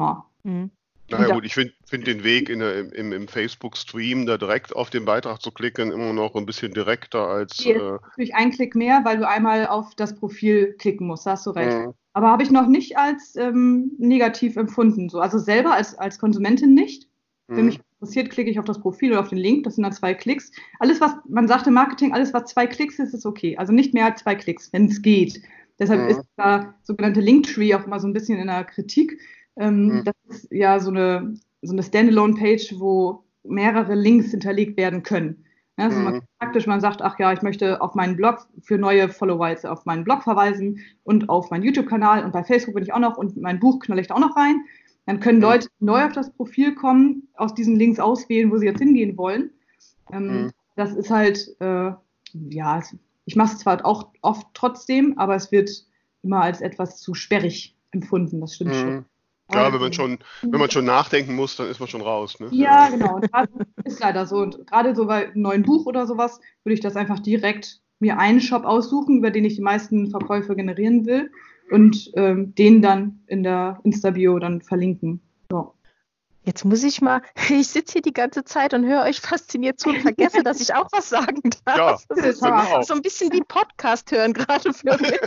Mhm. Naja gut, ich finde find den Weg in der, im, im Facebook-Stream da direkt auf den Beitrag zu klicken immer noch ein bisschen direkter als... Hier Äh, ist natürlich ein Klick mehr, weil du einmal auf das Profil klicken musst, da hast du recht. Mhm. Aber habe ich noch nicht als ähm, negativ empfunden. So. Also selber als, als Konsumentin nicht. Wenn Mhm. mich interessiert, klicke ich auf das Profil oder auf den Link, das sind dann zwei Klicks. Alles, was man sagt im Marketing, alles, was zwei Klicks ist, ist okay. Also nicht mehr als zwei Klicks, wenn es geht. Deshalb Mhm. ist da sogenannte Linktree auch immer so ein bisschen in der Kritik. Ähm, Mhm. Das ist ja so eine, so eine Standalone-Page, wo mehrere Links hinterlegt werden können. Ja, also man Mhm. praktisch, man sagt, ach ja, ich möchte auf meinen Blog für neue Follower jetzt auf meinen Blog verweisen und auf meinen YouTube-Kanal und bei Facebook bin ich auch noch und mein Buch knalle ich da auch noch rein. Dann können Mhm. Leute neu auf das Profil kommen, aus diesen Links auswählen, wo sie jetzt hingehen wollen. Ähm, Mhm. Das ist halt, äh, ja, ich mache es zwar auch oft trotzdem, aber es wird immer als etwas zu sperrig empfunden, das stimmt schon. Mhm. Ja, wenn man schon, wenn man schon nachdenken muss, dann ist man schon raus. Ne? Ja, genau. Und das ist leider so. Und gerade so bei einem neuen Buch oder sowas würde ich das einfach direkt mir einen Shop aussuchen, über den ich die meisten Verkäufe generieren will und ähm, den dann in der Insta-Bio dann verlinken. So. Jetzt muss ich mal, ich sitze hier die ganze Zeit und höre euch fasziniert zu und vergesse, dass ich auch was sagen darf. Ja, das ist genau. so ein bisschen wie Podcast hören gerade für mich.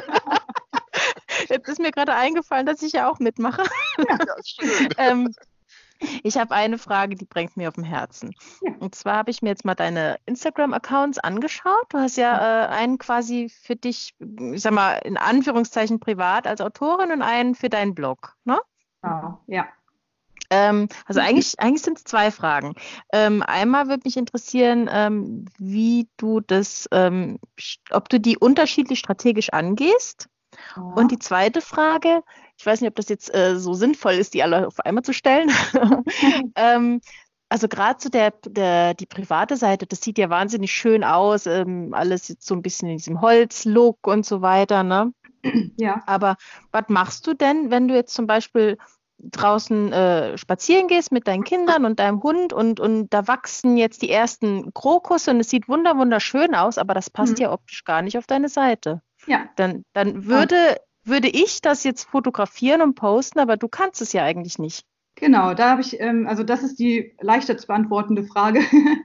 Jetzt ist mir gerade eingefallen, dass ich ja auch mitmache. Ja, schön. ähm, ich habe eine Frage, die brennt mir auf dem Herzen. Ja. Und zwar habe ich mir jetzt mal deine Instagram-Accounts angeschaut. Du hast ja äh, einen quasi für dich, ich sag mal, in Anführungszeichen privat als Autorin und einen für deinen Blog, ne? Genau, ja. Ähm, also eigentlich, eigentlich sind es zwei Fragen. Ähm, einmal würde mich interessieren, ähm, wie du das, ähm, st- ob du die unterschiedlich strategisch angehst. Ja. Und die zweite Frage, ich weiß nicht, ob das jetzt äh, so sinnvoll ist, die alle auf einmal zu stellen. ähm, also gerade so der, der, die private Seite, das sieht ja wahnsinnig schön aus, ähm, alles jetzt so ein bisschen in diesem Holzlook und so weiter, ne? Ja. Aber was machst du denn, wenn du jetzt zum Beispiel draußen äh, spazieren gehst mit deinen Kindern und deinem Hund und, und da wachsen jetzt die ersten Krokusse und es sieht wunder wunderschön aus, aber das passt Mhm. ja optisch gar nicht auf deine Seite. Ja. Dann, dann würde, würde ich das jetzt fotografieren und posten, aber du kannst es ja eigentlich nicht. Genau, da habe ich, ähm, also das ist die leichter zu beantwortende Frage.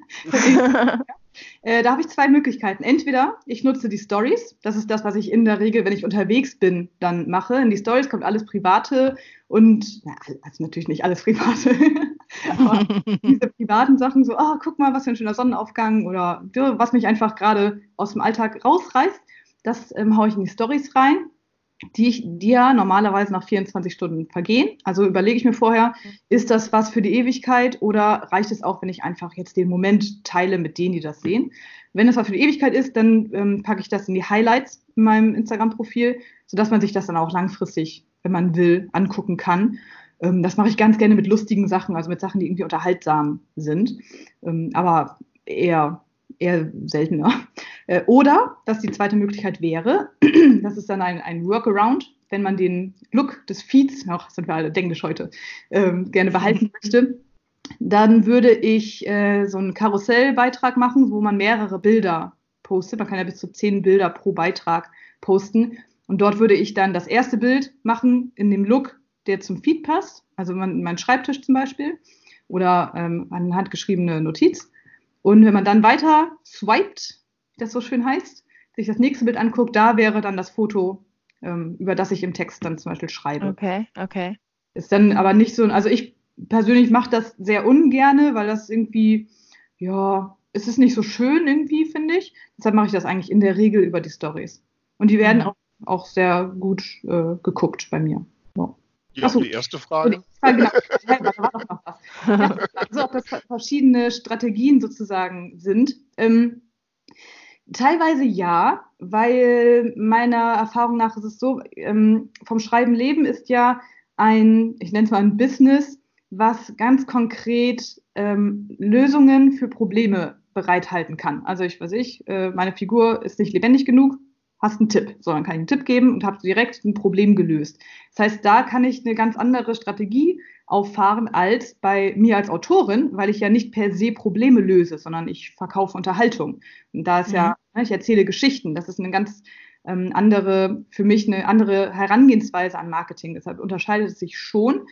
Äh, da habe ich zwei Möglichkeiten. Entweder ich nutze die Stories, das ist das, was ich in der Regel, wenn ich unterwegs bin, dann mache. In die Stories kommt alles Private und, na, also natürlich nicht alles Private, aber diese privaten Sachen, so, oh, guck mal, was für ein schöner Sonnenaufgang oder was mich einfach gerade aus dem Alltag rausreißt, das ähm, haue ich in die Stories rein, die, ich, die ja normalerweise nach vierundzwanzig Stunden vergehen. Also überlege ich mir vorher, ist das was für die Ewigkeit oder reicht es auch, wenn ich einfach jetzt den Moment teile mit denen, die das sehen? Wenn es was für die Ewigkeit ist, dann ähm, packe ich das in die Highlights in meinem Instagram-Profil, sodass man sich das dann auch langfristig, wenn man will, angucken kann. Ähm, das mache ich ganz gerne mit lustigen Sachen, also mit Sachen, die irgendwie unterhaltsam sind, ähm, aber eher eher seltener. Äh, oder, was die zweite Möglichkeit wäre, das ist dann ein, ein Workaround, wenn man den Look des Feeds, ach, sind wir alle Englisch heute, ähm, gerne behalten möchte, dann würde ich äh, so einen Karussellbeitrag machen, wo man mehrere Bilder postet. Man kann ja bis zu zehn Bilder pro Beitrag posten. Und dort würde ich dann das erste Bild machen in dem Look, der zum Feed passt. Also mein, mein Schreibtisch zum Beispiel oder ähm, eine handgeschriebene Notiz. Und wenn man dann weiter swiped, wie das so schön heißt, sich das nächste Bild anguckt, da wäre dann das Foto, ähm, über das ich im Text dann zum Beispiel schreibe. Okay, okay. Ist dann aber nicht so, also ich persönlich mache das sehr ungerne, weil das irgendwie, ja, es ist nicht so schön irgendwie, finde ich. Deshalb mache ich das eigentlich in der Regel über die Stories. Und die werden Mhm. auch, auch sehr gut äh, geguckt bei mir. So. Ja, Achso. die erste Frage. Genau. Da war doch noch was. Also, ob das verschiedene Strategien sozusagen sind. Ähm, teilweise ja, weil meiner Erfahrung nach ist es so, ähm, vom Schreiben leben ist ja ein, ich nenne es mal ein Business, was ganz konkret ähm, Lösungen für Probleme bereithalten kann. Also ich weiß ich, äh, meine Figur ist nicht lebendig genug, hast einen Tipp. So, dann kann ich einen Tipp geben und habe direkt ein Problem gelöst. Das heißt, da kann ich eine ganz andere Strategie auffahren als bei mir als Autorin, weil ich ja nicht per se Probleme löse, sondern ich verkaufe Unterhaltung. Und da ist Mhm. ja, ne, ich erzähle Geschichten. Das ist eine ganz ähm, andere, für mich eine andere Herangehensweise an Marketing. Deshalb unterscheidet es sich schon.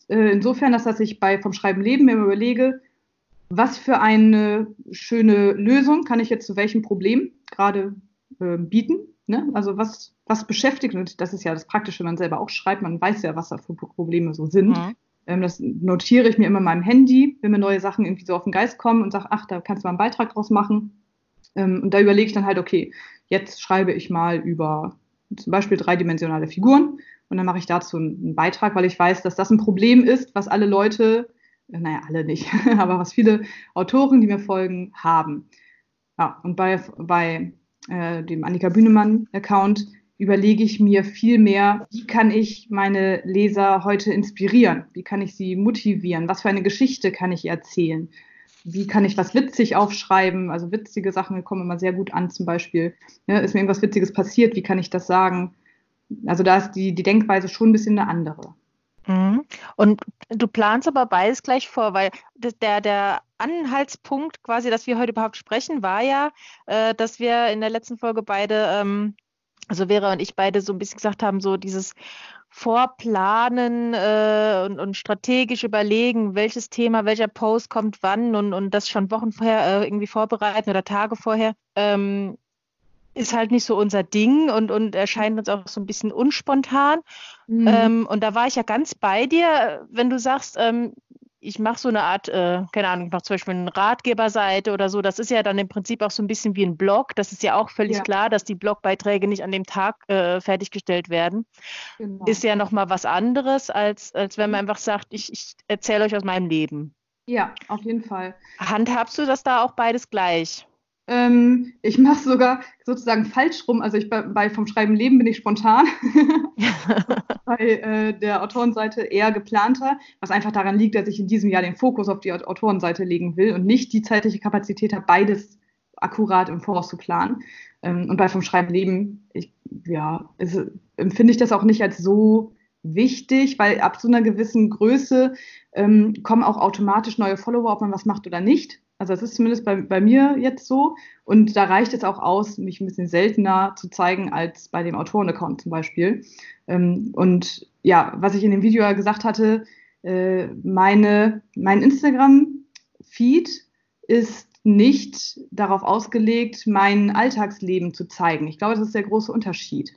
äh, insofern, dass, dass ich bei vom Schreiben leben mir immer überlege, was für eine schöne Lösung kann ich jetzt zu welchem Problem gerade äh, bieten. Ne? Also was, was beschäftigt, und das ist ja das Praktische, wenn man selber auch schreibt, man weiß ja, was da für Probleme so sind. Mhm. Ähm, das notiere ich mir immer in meinem Handy, wenn mir neue Sachen irgendwie so auf den Geist kommen und sage, ach, da kannst du mal einen Beitrag draus machen. Ähm, und da überlege ich dann halt, okay, jetzt schreibe ich mal über zum Beispiel dreidimensionale Figuren und dann mache ich dazu einen Beitrag, weil ich weiß, dass das ein Problem ist, was alle Leute, naja, alle nicht, aber was viele Autoren, die mir folgen, haben. Ja, und bei, bei äh, dem Annika Bühnemann-Account überlege ich mir viel mehr, wie kann ich meine Leser heute inspirieren? Wie kann ich sie motivieren? Was für eine Geschichte kann ich erzählen? Wie kann ich was witzig aufschreiben? Also witzige Sachen kommen immer sehr gut an, zum Beispiel. Ne, ist mir irgendwas Witziges passiert? Wie kann ich das sagen? Also da ist die, die Denkweise schon ein bisschen eine andere. Mhm. Und du planst aber beides gleich vor, weil der, der Anhaltspunkt quasi, dass wir heute überhaupt sprechen, war ja, äh, dass wir in der letzten Folge beide, ähm, also Vera und ich beide so ein bisschen gesagt haben, so dieses Vorplanen äh, und, und strategisch überlegen, welches Thema, welcher Post kommt wann und, und das schon Wochen vorher äh, irgendwie vorbereiten oder Tage vorher, ähm, ist halt nicht so unser Ding und, und erscheint uns auch so ein bisschen unspontan. Mhm. Ähm, und da war ich ja ganz bei dir, wenn du sagst, ähm, ich mache so eine Art, äh, keine Ahnung, ich mache zum Beispiel eine Ratgeberseite oder so. Das ist ja dann im Prinzip auch so ein bisschen wie ein Blog. Das ist ja auch völlig ja. klar, dass die Blogbeiträge nicht an dem Tag äh, fertiggestellt werden. Genau. Ist ja nochmal was anderes, als, als wenn man einfach sagt, ich, ich erzähle euch aus meinem Leben. Ja, auf jeden Fall. Handhabst du das da auch beides gleich? Ähm, ich mache sogar sozusagen falsch rum. Also ich bei, bei vom Schreiben leben bin ich spontan. Bei äh, der Autorenseite eher geplanter, was einfach daran liegt, dass ich in diesem Jahr den Fokus auf die Autorenseite legen will und nicht die zeitliche Kapazität habe, beides akkurat im Voraus zu planen. Ähm, und bei vom Schreiben leben, ich, ja, ist, empfinde ich das auch nicht als so wichtig, weil ab so einer gewissen Größe ähm, kommen auch automatisch neue Follower, ob man was macht oder nicht. Also das ist zumindest bei, bei mir jetzt so. Und da reicht es auch aus, mich ein bisschen seltener zu zeigen als bei dem Autoren-Account zum Beispiel. Ähm, und ja, was ich in dem Video ja gesagt hatte, äh, meine, mein Instagram-Feed ist nicht darauf ausgelegt, mein Alltagsleben zu zeigen. Ich glaube, das ist der große Unterschied.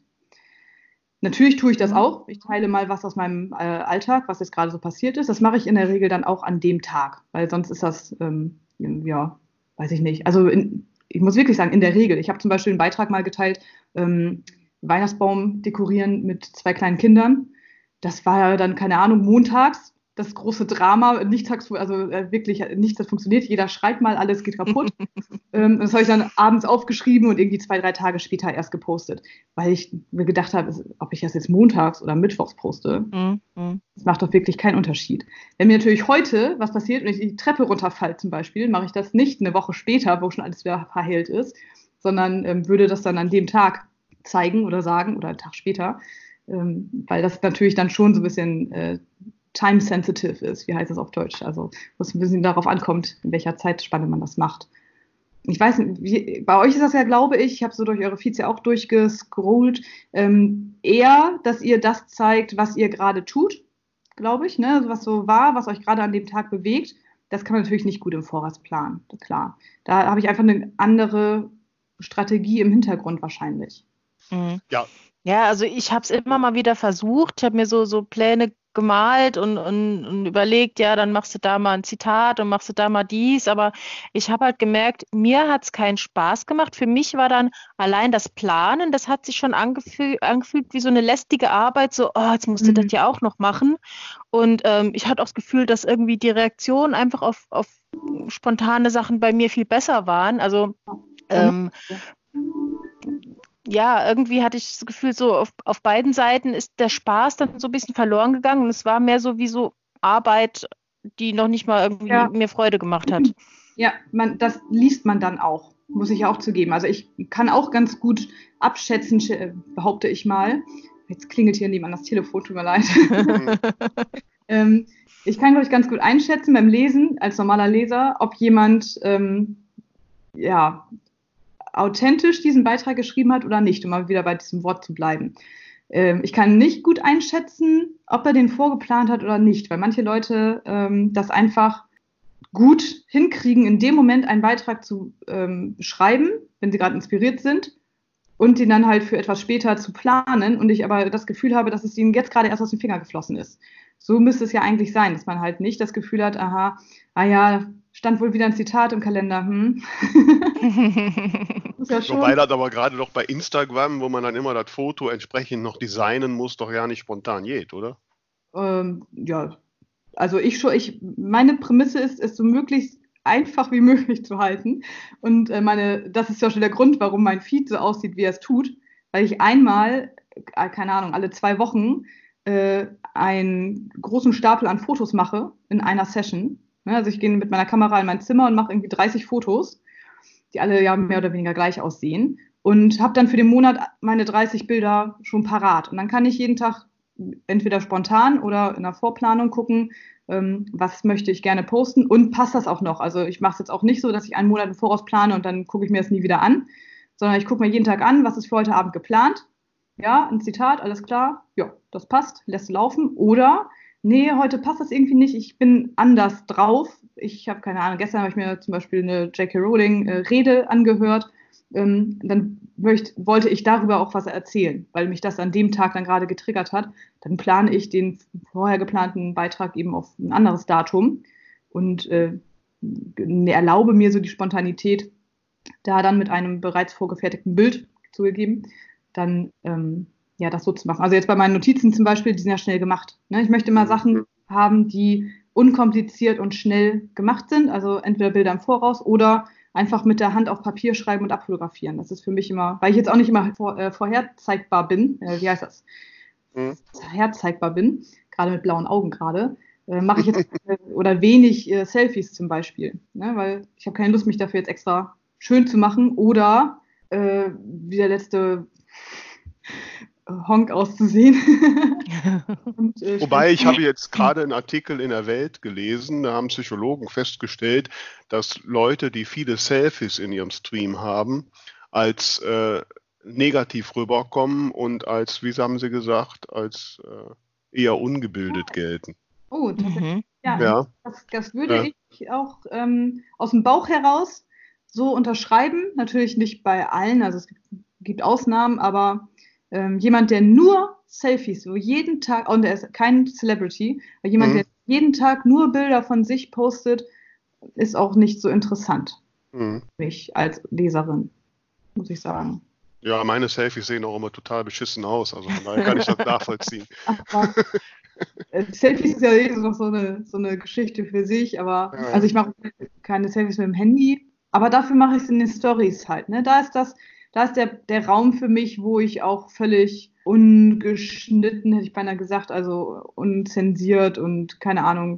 Natürlich tue ich das auch. Ich teile mal was aus meinem äh, Alltag, was jetzt gerade so passiert ist. Das mache ich in der Regel dann auch an dem Tag, weil sonst ist das, ähm, ja, weiß ich nicht. Also in, ich muss wirklich sagen, in der Regel. Ich habe zum Beispiel einen Beitrag mal geteilt, ähm, Weihnachtsbaum dekorieren mit zwei kleinen Kindern. Das war ja dann, keine Ahnung, montags. Das große Drama, nichts, also äh, wirklich nichts hat funktioniert. Jeder schreit mal, alles geht kaputt. ähm, das habe ich dann abends aufgeschrieben und irgendwie zwei, drei Tage später erst gepostet, weil ich mir gedacht habe, ob ich das jetzt montags oder mittwochs poste. Mhm. Das macht doch wirklich keinen Unterschied. Wenn mir natürlich heute was passiert und ich die Treppe runterfalle zum Beispiel, mache ich das nicht eine Woche später, wo schon alles wieder verheilt ist, sondern ähm, würde das dann an dem Tag zeigen oder sagen oder einen Tag später, ähm, weil das natürlich dann schon so ein bisschen äh, time-sensitive ist, wie heißt das auf Deutsch? Also, wo es ein bisschen darauf ankommt, in welcher Zeitspanne man das macht. Ich weiß nicht, wie, bei euch ist das ja, glaube ich, ich habe so durch eure Feeds ja auch durchgescrollt, ähm, eher, dass ihr das zeigt, was ihr gerade tut, glaube ich, ne? Also was so war, was euch gerade an dem Tag bewegt. Das kann man natürlich nicht gut im Voraus planen, klar. Da habe ich einfach eine andere Strategie im Hintergrund wahrscheinlich. Mhm. Ja. Ja, also ich habe es immer mal wieder versucht. Ich habe mir so, so Pläne gemalt und, und, und überlegt, ja, dann machst du da mal ein Zitat und machst du da mal dies. Aber ich habe halt gemerkt, mir hat es keinen Spaß gemacht. Für mich war dann allein das Planen, das hat sich schon angefühl, angefühlt wie so eine lästige Arbeit. So, oh, jetzt musst du mhm. das ja auch noch machen. Und ähm, ich hatte auch das Gefühl, dass irgendwie die Reaktionen einfach auf, auf spontane Sachen bei mir viel besser waren. Also ähm, ja, irgendwie hatte ich das Gefühl, so auf, auf beiden Seiten ist der Spaß dann so ein bisschen verloren gegangen und es war mehr so wie so Arbeit, die noch nicht mal irgendwie ja. mir Freude gemacht hat. Ja, man, das liest man dann auch, muss ich auch zugeben. Also ich kann auch ganz gut abschätzen, behaupte ich mal. Jetzt klingelt hier nebenan das Telefon, tut mir leid. ähm, ich kann, glaube ich, ganz gut einschätzen beim Lesen, als normaler Leser, ob jemand, ähm, ja, authentisch diesen Beitrag geschrieben hat oder nicht, um mal wieder bei diesem Wort zu bleiben. ähm, ich kann nicht gut einschätzen, ob er den vorgeplant hat oder nicht, weil manche Leute ähm, das einfach gut hinkriegen, in dem Moment einen Beitrag zu ähm, schreiben, wenn sie gerade inspiriert sind und den dann halt für etwas später zu planen und ich aber das Gefühl habe, dass es ihnen jetzt gerade erst aus den Fingern geflossen ist. So müsste es ja eigentlich sein, dass man halt nicht das Gefühl hat, aha, ah ja, stand wohl wieder ein Zitat im Kalender. Hm. Das ja schon. Wobei das aber gerade doch bei Instagram, wo man dann immer das Foto entsprechend noch designen muss, doch ja nicht spontan geht, oder? Ähm, ja, also ich schon, ich, meine Prämisse ist, es so möglichst einfach wie möglich zu halten. Und äh, meine, das ist ja schon der Grund, warum mein Feed so aussieht, wie er es tut, weil ich einmal, äh, keine Ahnung, alle zwei Wochen äh, einen großen Stapel an Fotos mache in einer Session. Ne, also ich gehe mit meiner Kamera in mein Zimmer und mache irgendwie dreißig Fotos, die alle ja mehr oder weniger gleich aussehen und habe dann für den Monat meine dreißig Bilder schon parat. Und dann kann ich jeden Tag entweder spontan oder in der Vorplanung gucken, ähm, was möchte ich gerne posten und passt das auch noch. Also ich mache es jetzt auch nicht so, dass ich einen Monat im Voraus plane und dann gucke ich mir das nie wieder an, sondern ich gucke mir jeden Tag an, was ist für heute Abend geplant. Ja, ein Zitat, alles klar, ja, das passt, lässt laufen. Oder, nee, heute passt das irgendwie nicht, ich bin anders drauf. Ich habe keine Ahnung, gestern habe ich mir zum Beispiel eine J K Rowling äh, Rede angehört. Ähm, dann möcht, wollte ich darüber auch was erzählen, weil mich das an dem Tag dann gerade getriggert hat. Dann plane ich den vorher geplanten Beitrag eben auf ein anderes Datum und äh, erlaube mir so die Spontanität, da dann mit einem bereits vorgefertigten Bild zugegeben, dann ähm, ja, das so zu machen. Also jetzt bei meinen Notizen zum Beispiel, die sind ja schnell gemacht. Ne? Ich möchte immer Sachen haben, die unkompliziert und schnell gemacht sind, also entweder Bilder im Voraus oder einfach mit der Hand auf Papier schreiben und abfotografieren. Das ist für mich immer, weil ich jetzt auch nicht immer vor, äh, vorherzeigbar bin, äh, wie heißt das? Mhm. Vorherzeigbar bin, gerade mit blauen Augen gerade, äh, mache ich jetzt äh, oder wenig äh, Selfies zum Beispiel, ne? Weil ich habe keine Lust, mich dafür jetzt extra schön zu machen oder äh, wie der letzte Honk auszusehen. Und, äh, Wobei, ich habe jetzt gerade einen Artikel in der Welt gelesen, da haben Psychologen festgestellt, dass Leute, die viele Selfies in ihrem Stream haben, als äh, negativ rüberkommen und als, wie haben sie gesagt, als äh, eher ungebildet gelten. Oh, das, Mhm. ja, ja. Das, das würde ja. ich auch ähm, aus dem Bauch heraus so unterschreiben. Natürlich nicht bei allen, also es gibt, gibt Ausnahmen, aber ähm, jemand, der nur Selfies, wo jeden Tag, und er ist kein Celebrity, aber jemand, mhm. der jeden Tag nur Bilder von sich postet, ist auch nicht so interessant mhm. für mich als Leserin, muss ich sagen. Ja, meine Selfies sehen auch immer total beschissen aus, also von daher kann ich das nachvollziehen. Ach, Selfies ist ja eh noch so eine, so eine Geschichte für sich, aber ja. also ich mache keine Selfies mit dem Handy, aber dafür mache ich es in den Stories halt. Ne? Da ist das, da ist der, der Raum für mich, wo ich auch völlig ungeschnitten, hätte ich beinahe gesagt, also unzensiert und keine Ahnung,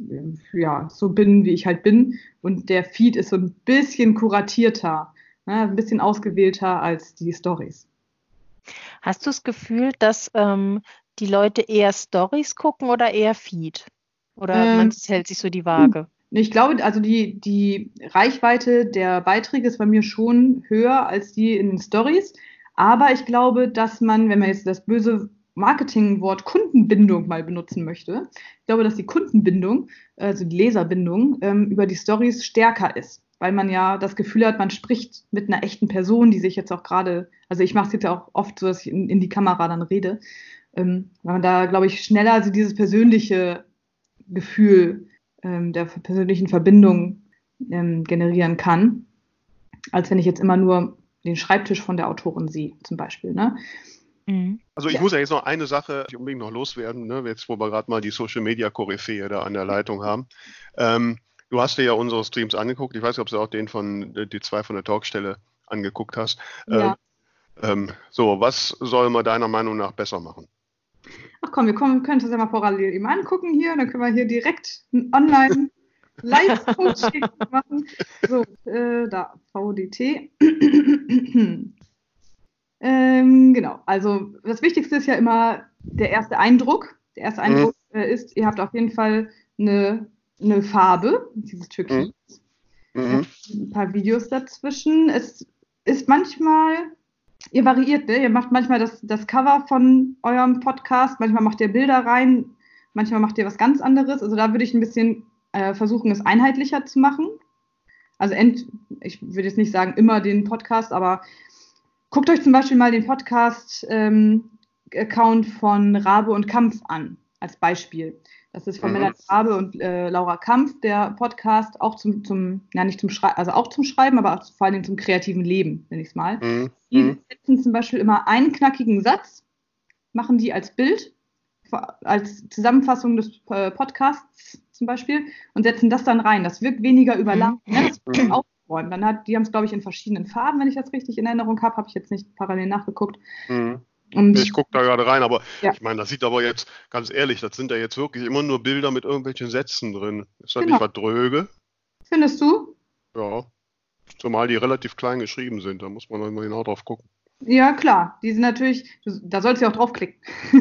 ja, so bin, wie ich halt bin. Und der Feed ist so ein bisschen kuratierter, ne? Ein bisschen ausgewählter als die Stories. Hast du das Gefühl, dass ähm, die Leute eher Stories gucken oder eher Feed? Oder ähm, man hält sich so die Waage? Ich glaube, also die, die Reichweite der Beiträge ist bei mir schon höher als die in den Stories. Aber ich glaube, dass man, wenn man jetzt das böse Marketingwort Kundenbindung mal benutzen möchte, ich glaube, dass die Kundenbindung, also die Leserbindung, ähm, über die Stories stärker ist. Weil man ja das Gefühl hat, man spricht mit einer echten Person, die sich jetzt auch gerade, also ich mache es jetzt ja auch oft so, dass ich in, in die Kamera dann rede, ähm, weil man da, glaube ich, schneller also dieses persönliche Gefühl ähm, der persönlichen Verbindung ähm, generieren kann, als wenn ich jetzt immer nur den Schreibtisch von der Autorin sehe, zum Beispiel. Ne? Also ich ja. muss ja jetzt noch eine Sache unbedingt noch loswerden, ne? Jetzt wo wir gerade mal die Social-Media-Koryphäe da an der Leitung haben. Ähm, du hast dir ja unsere Streams angeguckt, ich weiß nicht, ob du auch den von, die zwei von der Talkstelle angeguckt hast. Ja. Ähm, so, was soll man deiner Meinung nach besser machen? Ach komm, wir können, können das ja mal parallel eben angucken hier, dann können wir hier direkt ein online Live-Coaching machen. So, äh, da, V D T. ähm, genau, also das Wichtigste ist ja immer der erste Eindruck. Der erste Eindruck mhm. äh, ist, ihr habt auf jeden Fall eine, eine Farbe, dieses Türkis. Mhm. Äh, ein paar Videos dazwischen. Es ist manchmal ihr variiert, ne? Ihr macht manchmal das, das Cover von eurem Podcast, manchmal macht ihr Bilder rein, manchmal macht ihr was ganz anderes. Also da würde ich ein bisschen äh, versuchen, es einheitlicher zu machen. Also ent, ich würde jetzt nicht sagen immer den Podcast, aber guckt euch zum Beispiel mal den Podcast ähm, Account von Rabe und Kampf an, als Beispiel. Das ist von mhm. Melanie Rabe und äh, Laura Kampf, der Podcast, auch zum, zum ja nicht zum Schreiben, also auch zum Schreiben, aber auch vor allem zum kreativen Leben, nenne ich es mal. Mhm. Die setzen zum Beispiel immer einen knackigen Satz, machen die als Bild, als Zusammenfassung des äh, Podcasts zum Beispiel und setzen das dann rein. Das wirkt weniger überladen. Mhm. Ne? Das wird aufräumen. Dann hat, die haben es, glaube ich, in verschiedenen Farben, wenn ich das richtig in Erinnerung habe, habe ich jetzt nicht parallel nachgeguckt. Mhm. Und ich gucke da gerade rein, aber ja. Ich meine, das sieht aber jetzt, ganz ehrlich, das sind ja jetzt wirklich immer nur Bilder mit irgendwelchen Sätzen drin. Ist das genau. nicht was dröge? Findest du? Ja, zumal die relativ klein geschrieben sind, da muss man dann mal genau drauf gucken. Ja, klar, die sind natürlich, da sollst du ja auch draufklicken.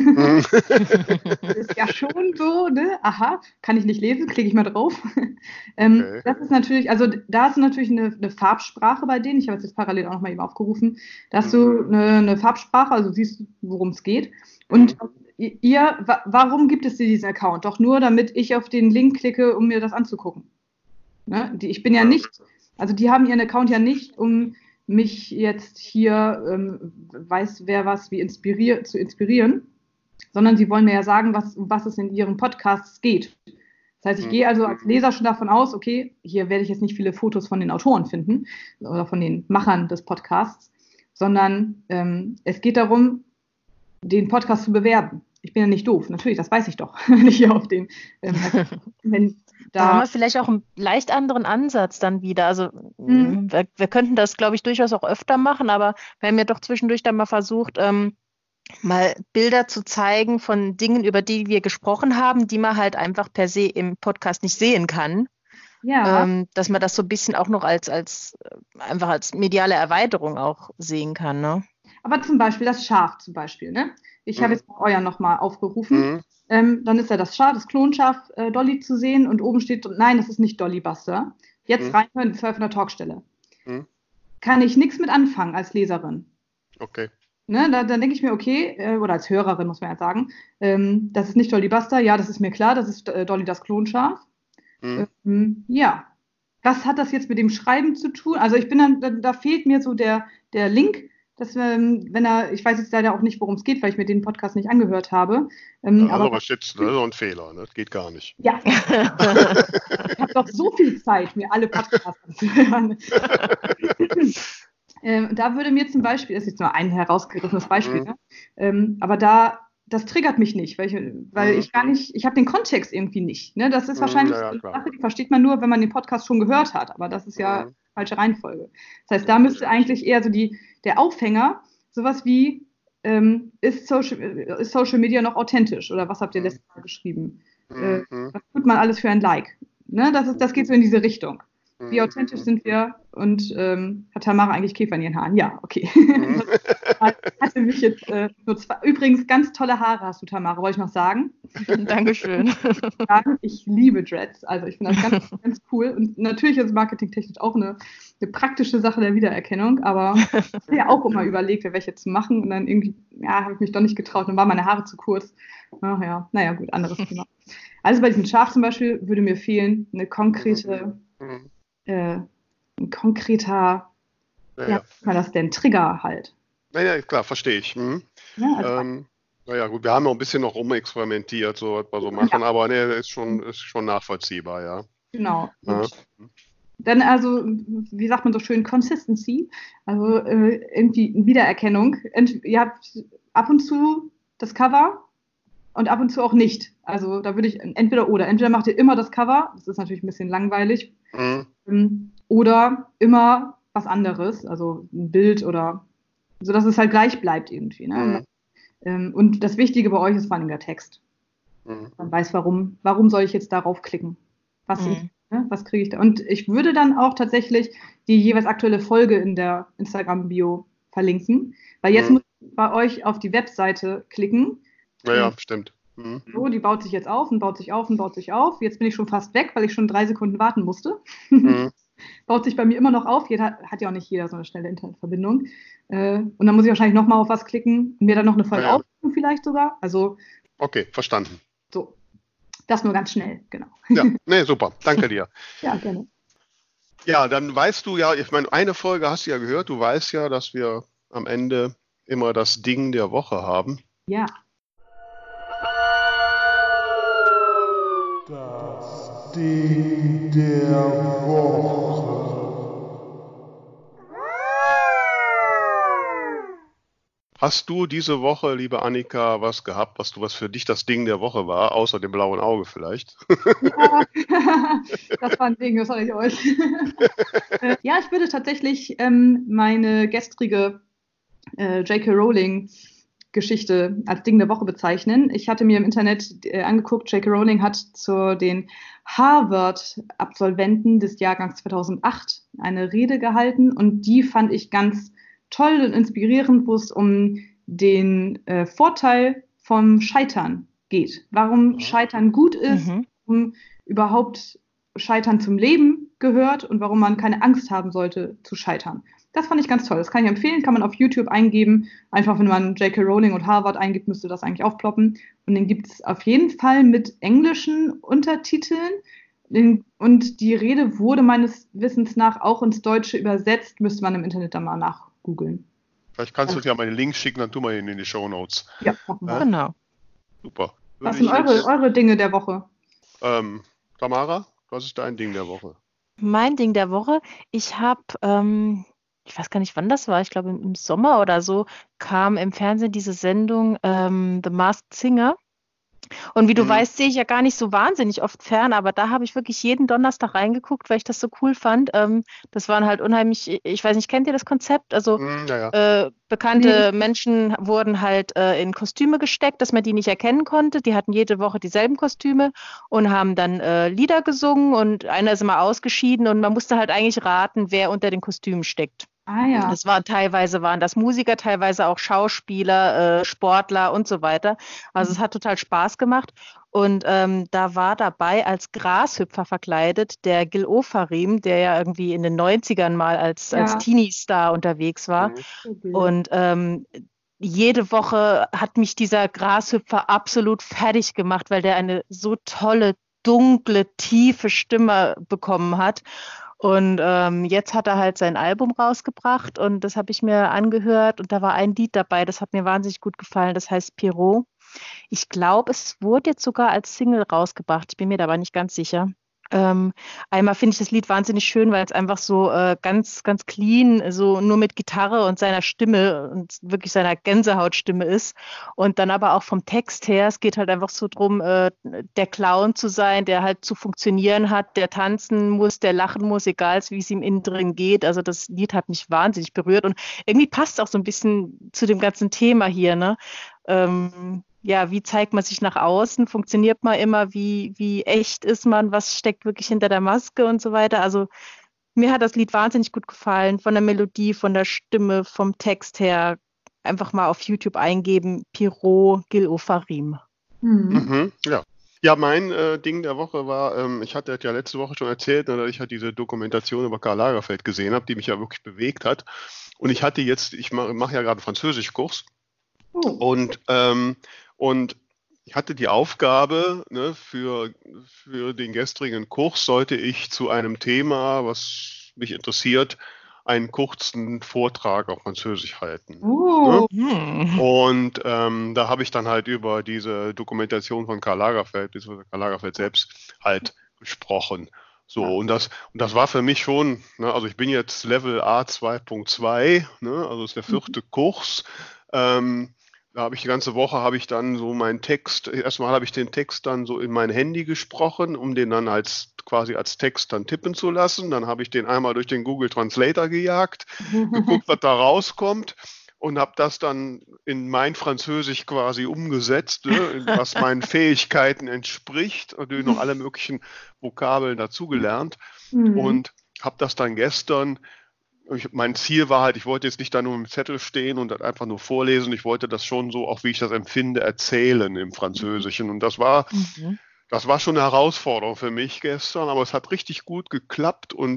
Das ist ja schon so, ne? Aha, kann ich nicht lesen, klicke ich mal drauf. ähm, okay. Das ist natürlich, also da ist natürlich eine, eine Farbsprache bei denen, ich habe es jetzt parallel auch nochmal eben aufgerufen, da hast du eine, eine Farbsprache, also siehst, worum es geht. Und mhm. ihr, wa- warum gibt es dir diesen Account? Doch nur, damit ich auf den Link klicke, um mir das anzugucken. Ne? Die, ich bin ja nicht, also die haben ihren Account ja nicht, um mich jetzt hier, ähm, weiß wer was, wie inspirier- zu inspirieren, sondern sie wollen mir ja sagen, was, um was es in ihren Podcasts geht. Das heißt, ich mhm. gehe also als Leser schon davon aus, okay, hier werde ich jetzt nicht viele Fotos von den Autoren finden oder von den Machern des Podcasts, sondern ähm, es geht darum, den Podcast zu bewerben. Ich bin ja nicht doof, natürlich, das weiß ich doch, wenn ich hier auf den, ähm, wenn da, da haben wir vielleicht auch einen leicht anderen Ansatz dann wieder. Also mhm. wir, wir könnten das, glaube ich, durchaus auch öfter machen, aber wir haben ja doch zwischendurch dann mal versucht, ähm, mal Bilder zu zeigen von Dingen, über die wir gesprochen haben, die man halt einfach per se im Podcast nicht sehen kann. Ja. Ähm, dass man das so ein bisschen auch noch als, als einfach als mediale Erweiterung auch sehen kann, ne? Aber zum Beispiel das Schaf zum Beispiel, ne? Ich mhm. habe jetzt euer nochmal aufgerufen. Mhm. Ähm, dann ist ja das Schaf, das Klonschaf äh, Dolly zu sehen und oben steht, nein, das ist nicht Dolly Buster. Jetzt mhm. reinhören, die zwölf von der Talkstelle. Mhm. Kann ich nichts mit anfangen als Leserin. Okay. Ne, da, dann denke ich mir, okay, äh, oder als Hörerin muss man ja sagen, ähm, das ist nicht Dolly Buster, ja, das ist mir klar, das ist äh, Dolly das Klonschaf. Mhm. Ähm, ja, was hat das jetzt mit dem Schreiben zu tun? Also ich bin dann, da, da fehlt mir so der, der Link, dass ähm, wenn er, ich weiß jetzt leider auch nicht, worum es geht, weil ich mir den Podcast nicht angehört habe. Ähm, ja, aber was jetzt, das ist doch ein Fehler, ne? Das geht gar nicht. Ja, ich habe doch so viel Zeit, mir alle Podcasts anzuhören. ähm, da würde mir zum Beispiel, das ist jetzt nur ein herausgegriffenes Beispiel, mhm. ne? ähm, aber da, das triggert mich nicht, weil ich, weil mhm. ich gar nicht, ich habe den Kontext irgendwie nicht. Ne? Das ist wahrscheinlich ja, ja, eine Sache, die versteht man nur, wenn man den Podcast schon gehört hat, aber das ist ja mhm. falsche Reihenfolge. Das heißt, da müsste eigentlich eher so die, der Aufhänger, sowas wie, ähm, ist, Social, ist Social Media noch authentisch? Oder was habt ihr letztes Mal geschrieben? Mhm. Äh, was tut man alles für ein Like? Ne? Das, ist, das geht so in diese Richtung. Wie authentisch sind wir? Und ähm, hat Tamara eigentlich Käfer in ihren Haaren? Ja, okay. Das hatte mich jetzt äh, nur zwei. Übrigens, ganz tolle Haare hast du, Tamara, wollte ich noch sagen. Dankeschön. Ich liebe Dreads. Also ich finde das ganz, ganz cool. Und natürlich ist marketingtechnisch auch eine, eine praktische Sache der Wiedererkennung, aber ich habe ja auch immer überlegt, welche zu machen. Und dann irgendwie, ja, habe ich mich doch nicht getraut. Dann waren meine Haare zu kurz. Ach ja, naja, gut, anderes Thema. Also bei diesem Schaf zum Beispiel würde mir fehlen eine konkrete Äh, ein konkreter, ja, ja, ja. wie kann man das denn, Trigger halt. Naja, klar, verstehe ich. Mhm. Ja, also ähm, naja, gut, wir haben noch ein bisschen noch rumexperimentiert, so was wir so machen, ja. aber ne, ist schon, ist schon nachvollziehbar, ja. Genau. Ja. Dann also, wie sagt man so schön, Consistency, also äh, irgendwie Wiedererkennung. Ent- ihr habt ab und zu das Cover und ab und zu auch nicht. Also da würde ich entweder oder. Entweder macht ihr immer das Cover, das ist natürlich ein bisschen langweilig, mhm. oder immer was anderes, also ein Bild oder so, dass es halt gleich bleibt irgendwie. Ne? Mhm. Und das Wichtige bei euch ist vor allem der Text. Mhm. Man weiß, warum, warum soll ich jetzt darauf klicken? Was, mhm. ne? Was kriege ich da? Und ich würde dann auch tatsächlich die jeweils aktuelle Folge in der Instagram-Bio verlinken, weil jetzt mhm. muss ich bei euch auf die Webseite klicken. Ja, ja, stimmt. Mhm. So, die baut sich jetzt auf und baut sich auf und baut sich auf. Jetzt bin ich schon fast weg, weil ich schon drei Sekunden warten musste. Mhm. baut sich bei mir immer noch auf. Jeder, hat ja auch nicht jeder so eine schnelle Internetverbindung. Äh, und dann muss ich wahrscheinlich nochmal auf was klicken und mir dann noch eine Folge Ja, ja. aufrufen vielleicht sogar. Also Okay, verstanden. so, das nur ganz schnell, genau. Ja, nee, super. Danke dir. Ja, gerne. Ja, dann weißt du ja, ich meine, eine Folge hast du ja gehört, du weißt ja, dass wir am Ende immer das Ding der Woche haben. Ja. Das Ding der Woche. Hast du diese Woche, liebe Annika, was gehabt, was du was für dich das Ding der Woche war, außer dem blauen Auge vielleicht? Ja, das war ein Ding, das sage ich euch. Äh, ja, ich würde tatsächlich ähm, meine gestrige äh, J K. Rowling-Geschichte als Ding der Woche bezeichnen. Ich hatte mir im Internet äh, angeguckt, J K. Rowling hat zu den Harvard-Absolventen des Jahrgangs zweitausendacht eine Rede gehalten und die fand ich ganz toll und inspirierend, wo es um den äh, Vorteil vom Scheitern geht. Warum Scheitern gut ist, Mhm. warum überhaupt Scheitern zum Leben gehört und warum man keine Angst haben sollte zu scheitern. Das fand ich ganz toll. Das kann ich empfehlen, kann man auf YouTube eingeben. Einfach, wenn man J K. Rowling und Harvard eingibt, müsste das eigentlich aufploppen. Und den gibt es auf jeden Fall mit englischen Untertiteln. Den, und die Rede wurde meines Wissens nach auch ins Deutsche übersetzt. Müsste man im Internet dann mal nachgoogeln. Vielleicht kannst du dir mal den Link schicken, dann tun wir ihn in die Shownotes. Ja, machen wir. Ja? Genau. Super. Was Würde sind ich eure, jetzt, eure Dinge der Woche? ähm, Tamara, was ist dein Ding der Woche? Mein Ding der Woche, ich habe, ähm, ich weiß gar nicht, wann das war, ich glaube im, im Sommer oder so, kam im Fernsehen diese Sendung ähm, The Masked Singer. Und wie du Mhm. weißt, sehe ich ja gar nicht so wahnsinnig oft fern, aber da habe ich wirklich jeden Donnerstag reingeguckt, weil ich das so cool fand. Ähm, das waren halt unheimlich, ich weiß nicht, kennt ihr das Konzept? Also Mhm, ja, ja. äh, bekannte Menschen wurden halt äh, in Kostüme gesteckt, dass man die nicht erkennen konnte. Die hatten jede Woche dieselben Kostüme und haben dann äh, Lieder gesungen und einer ist immer ausgeschieden und man musste halt eigentlich raten, wer unter den Kostümen steckt. Ah ja. Das war teilweise waren das Musiker, teilweise auch Schauspieler, äh, Sportler und so weiter. Also es hat total Spaß gemacht. Und ähm, da war dabei als Grashüpfer verkleidet der Gil Ofarim, der ja irgendwie in den neunzigern mal als, Ja. als Teenie-Star unterwegs war. Mhm. Und ähm, jede Woche hat mich dieser Grashüpfer absolut fertig gemacht, weil der eine so tolle, dunkle, tiefe Stimme bekommen hat. Und ähm, jetzt hat er halt sein Album rausgebracht und das habe ich mir angehört und da war ein Lied dabei, das hat mir wahnsinnig gut gefallen, das heißt Pierrot. Ich glaube, es wurde jetzt sogar als Single rausgebracht, ich bin mir da aber nicht ganz sicher. Ähm, einmal finde ich das Lied wahnsinnig schön, weil es einfach so äh, ganz, ganz clean, so nur mit Gitarre und seiner Stimme und wirklich seiner Gänsehautstimme ist. Und dann aber auch vom Text her, es geht halt einfach so drum, äh, der Clown zu sein, der halt zu funktionieren hat, der tanzen muss, der lachen muss, egal wie es ihm innen drin geht. Also das Lied hat mich wahnsinnig berührt und irgendwie passt es auch so ein bisschen zu dem ganzen Thema hier, ne? Ähm, ja, wie zeigt man sich nach außen? Funktioniert man immer? Wie, wie echt ist man? Was steckt wirklich hinter der Maske und so weiter? Also mir hat das Lied wahnsinnig gut gefallen, von der Melodie, von der Stimme, vom Text her. Einfach mal auf YouTube eingeben, Pierrot Gil Ofarim. Mhm. Mhm, ja. Ja, mein äh, Ding der Woche war, ähm, ich hatte ja letzte Woche schon erzählt, ne, dass ich halt diese Dokumentation über Karl Lagerfeld gesehen habe, die mich ja wirklich bewegt hat. Und ich hatte jetzt, ich mache mach ja gerade Französischkurs Oh. und, ähm, und ich hatte die Aufgabe, ne, für, für den gestrigen Kurs sollte ich zu einem Thema, was mich interessiert, einen kurzen Vortrag auf Französisch halten. Oh. Hm. Und ähm, da habe ich dann halt über diese Dokumentation von Karl Lagerfeld, beziehungsweise Karl Lagerfeld selbst, halt gesprochen. So, Ja. und das, und das war für mich schon, ne, also ich bin jetzt Level A zwei Punkt zwei, ne, also ist der vierte Kurs. Ähm, da habe ich die ganze Woche habe ich dann so meinen Text, erstmal habe ich den Text dann so in mein Handy gesprochen, um den dann als quasi als Text dann tippen zu lassen. Dann habe ich den einmal durch den Google Translator gejagt, geguckt, was da rauskommt und habe das dann in mein Französisch quasi umgesetzt, ne, was meinen Fähigkeiten entspricht. Natürlich noch alle möglichen Vokabeln dazugelernt Mhm. und habe das dann gestern, ich, mein Ziel war halt, ich wollte jetzt nicht da nur im Zettel stehen und das einfach nur vorlesen, ich wollte das schon so, auch wie ich das empfinde, erzählen im Französischen. Und das war, Mhm. das war schon eine Herausforderung für mich gestern, aber es hat richtig gut geklappt und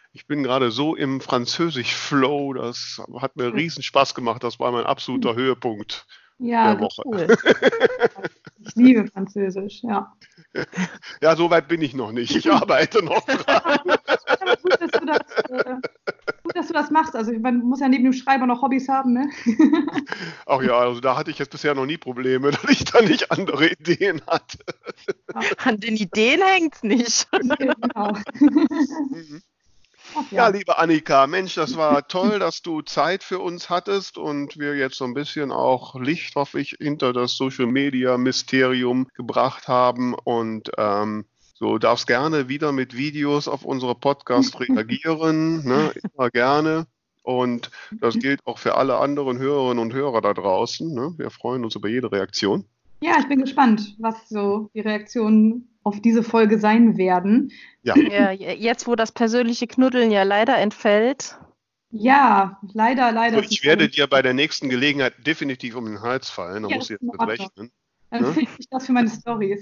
Ich bin gerade so im Französisch-Flow, das hat mir riesen Spaß gemacht. Das war mein absoluter Höhepunkt Ja, der Woche. cool. Ich liebe Französisch, ja. Ja, so weit bin ich noch nicht. Ich arbeite noch dran. Aber gut, dass du das, äh, gut, dass du das machst. Also man muss ja neben dem Schreiber noch Hobbys haben, ne? Ach ja, also da hatte ich jetzt bisher noch nie Probleme, dass ich da nicht andere Ideen hatte. An den Ideen hängt's nicht. Genau. Mhm. Ach, Ja, ja. liebe Annika, Mensch, das war toll, dass du Zeit für uns hattest und wir jetzt so ein bisschen auch Licht, hoffe ich, hinter das Social Media Mysterium gebracht haben. Und ähm, so darfst gerne wieder mit Videos auf unsere Podcast reagieren, ne? Immer gerne. Und das gilt auch für alle anderen Hörerinnen und Hörer da draußen. Ne? Wir freuen uns über jede Reaktion. Ja, ich bin gespannt, was so die Reaktionen auf diese Folge sein werden. Ja, Ja, jetzt, wo das persönliche Knuddeln ja leider entfällt. Ja, leider, leider. also ich werde dir bei der nächsten Gelegenheit definitiv um den Hals fallen. Da Ja, musst du das jetzt ist mit in Ordnung. rechnen. Dann ne? finde ich das für meine Storys.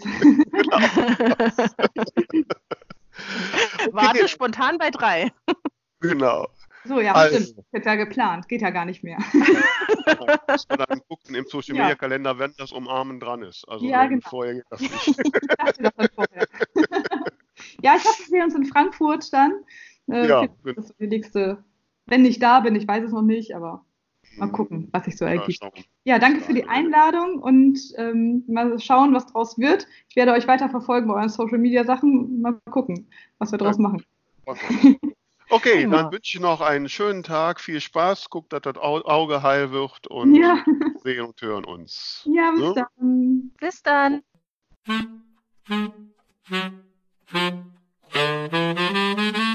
Warte spontan bei drei. Genau. So, ja, Also. stimmt. Das ist ja geplant. Geht ja gar nicht mehr. Ja, musst du dann gucken im Social Ja. Media Kalender, wenn das Umarmen dran ist. Also Ja, wenn genau. vorher geht das nicht. Ich dachte das dann vorher. Ja, ich hoffe, wir sehen uns in Frankfurt dann. Äh, Ja, das ist so die nächste. Wenn ich da bin, ich weiß es noch nicht, aber mal gucken, was sich so Ja, ergibt. schauen. Ja, danke für die Einladung und ähm, mal schauen, was draus wird. Ich werde euch weiter verfolgen bei euren Social Media Sachen. Mal gucken, was wir draus machen. Okay, Prima. dann wünsche ich noch einen schönen Tag, viel Spaß, guckt, dass das Au- Auge heil wird und Ja, sehen und hören uns. ja, bis Ne? dann. Bis dann. Thank you.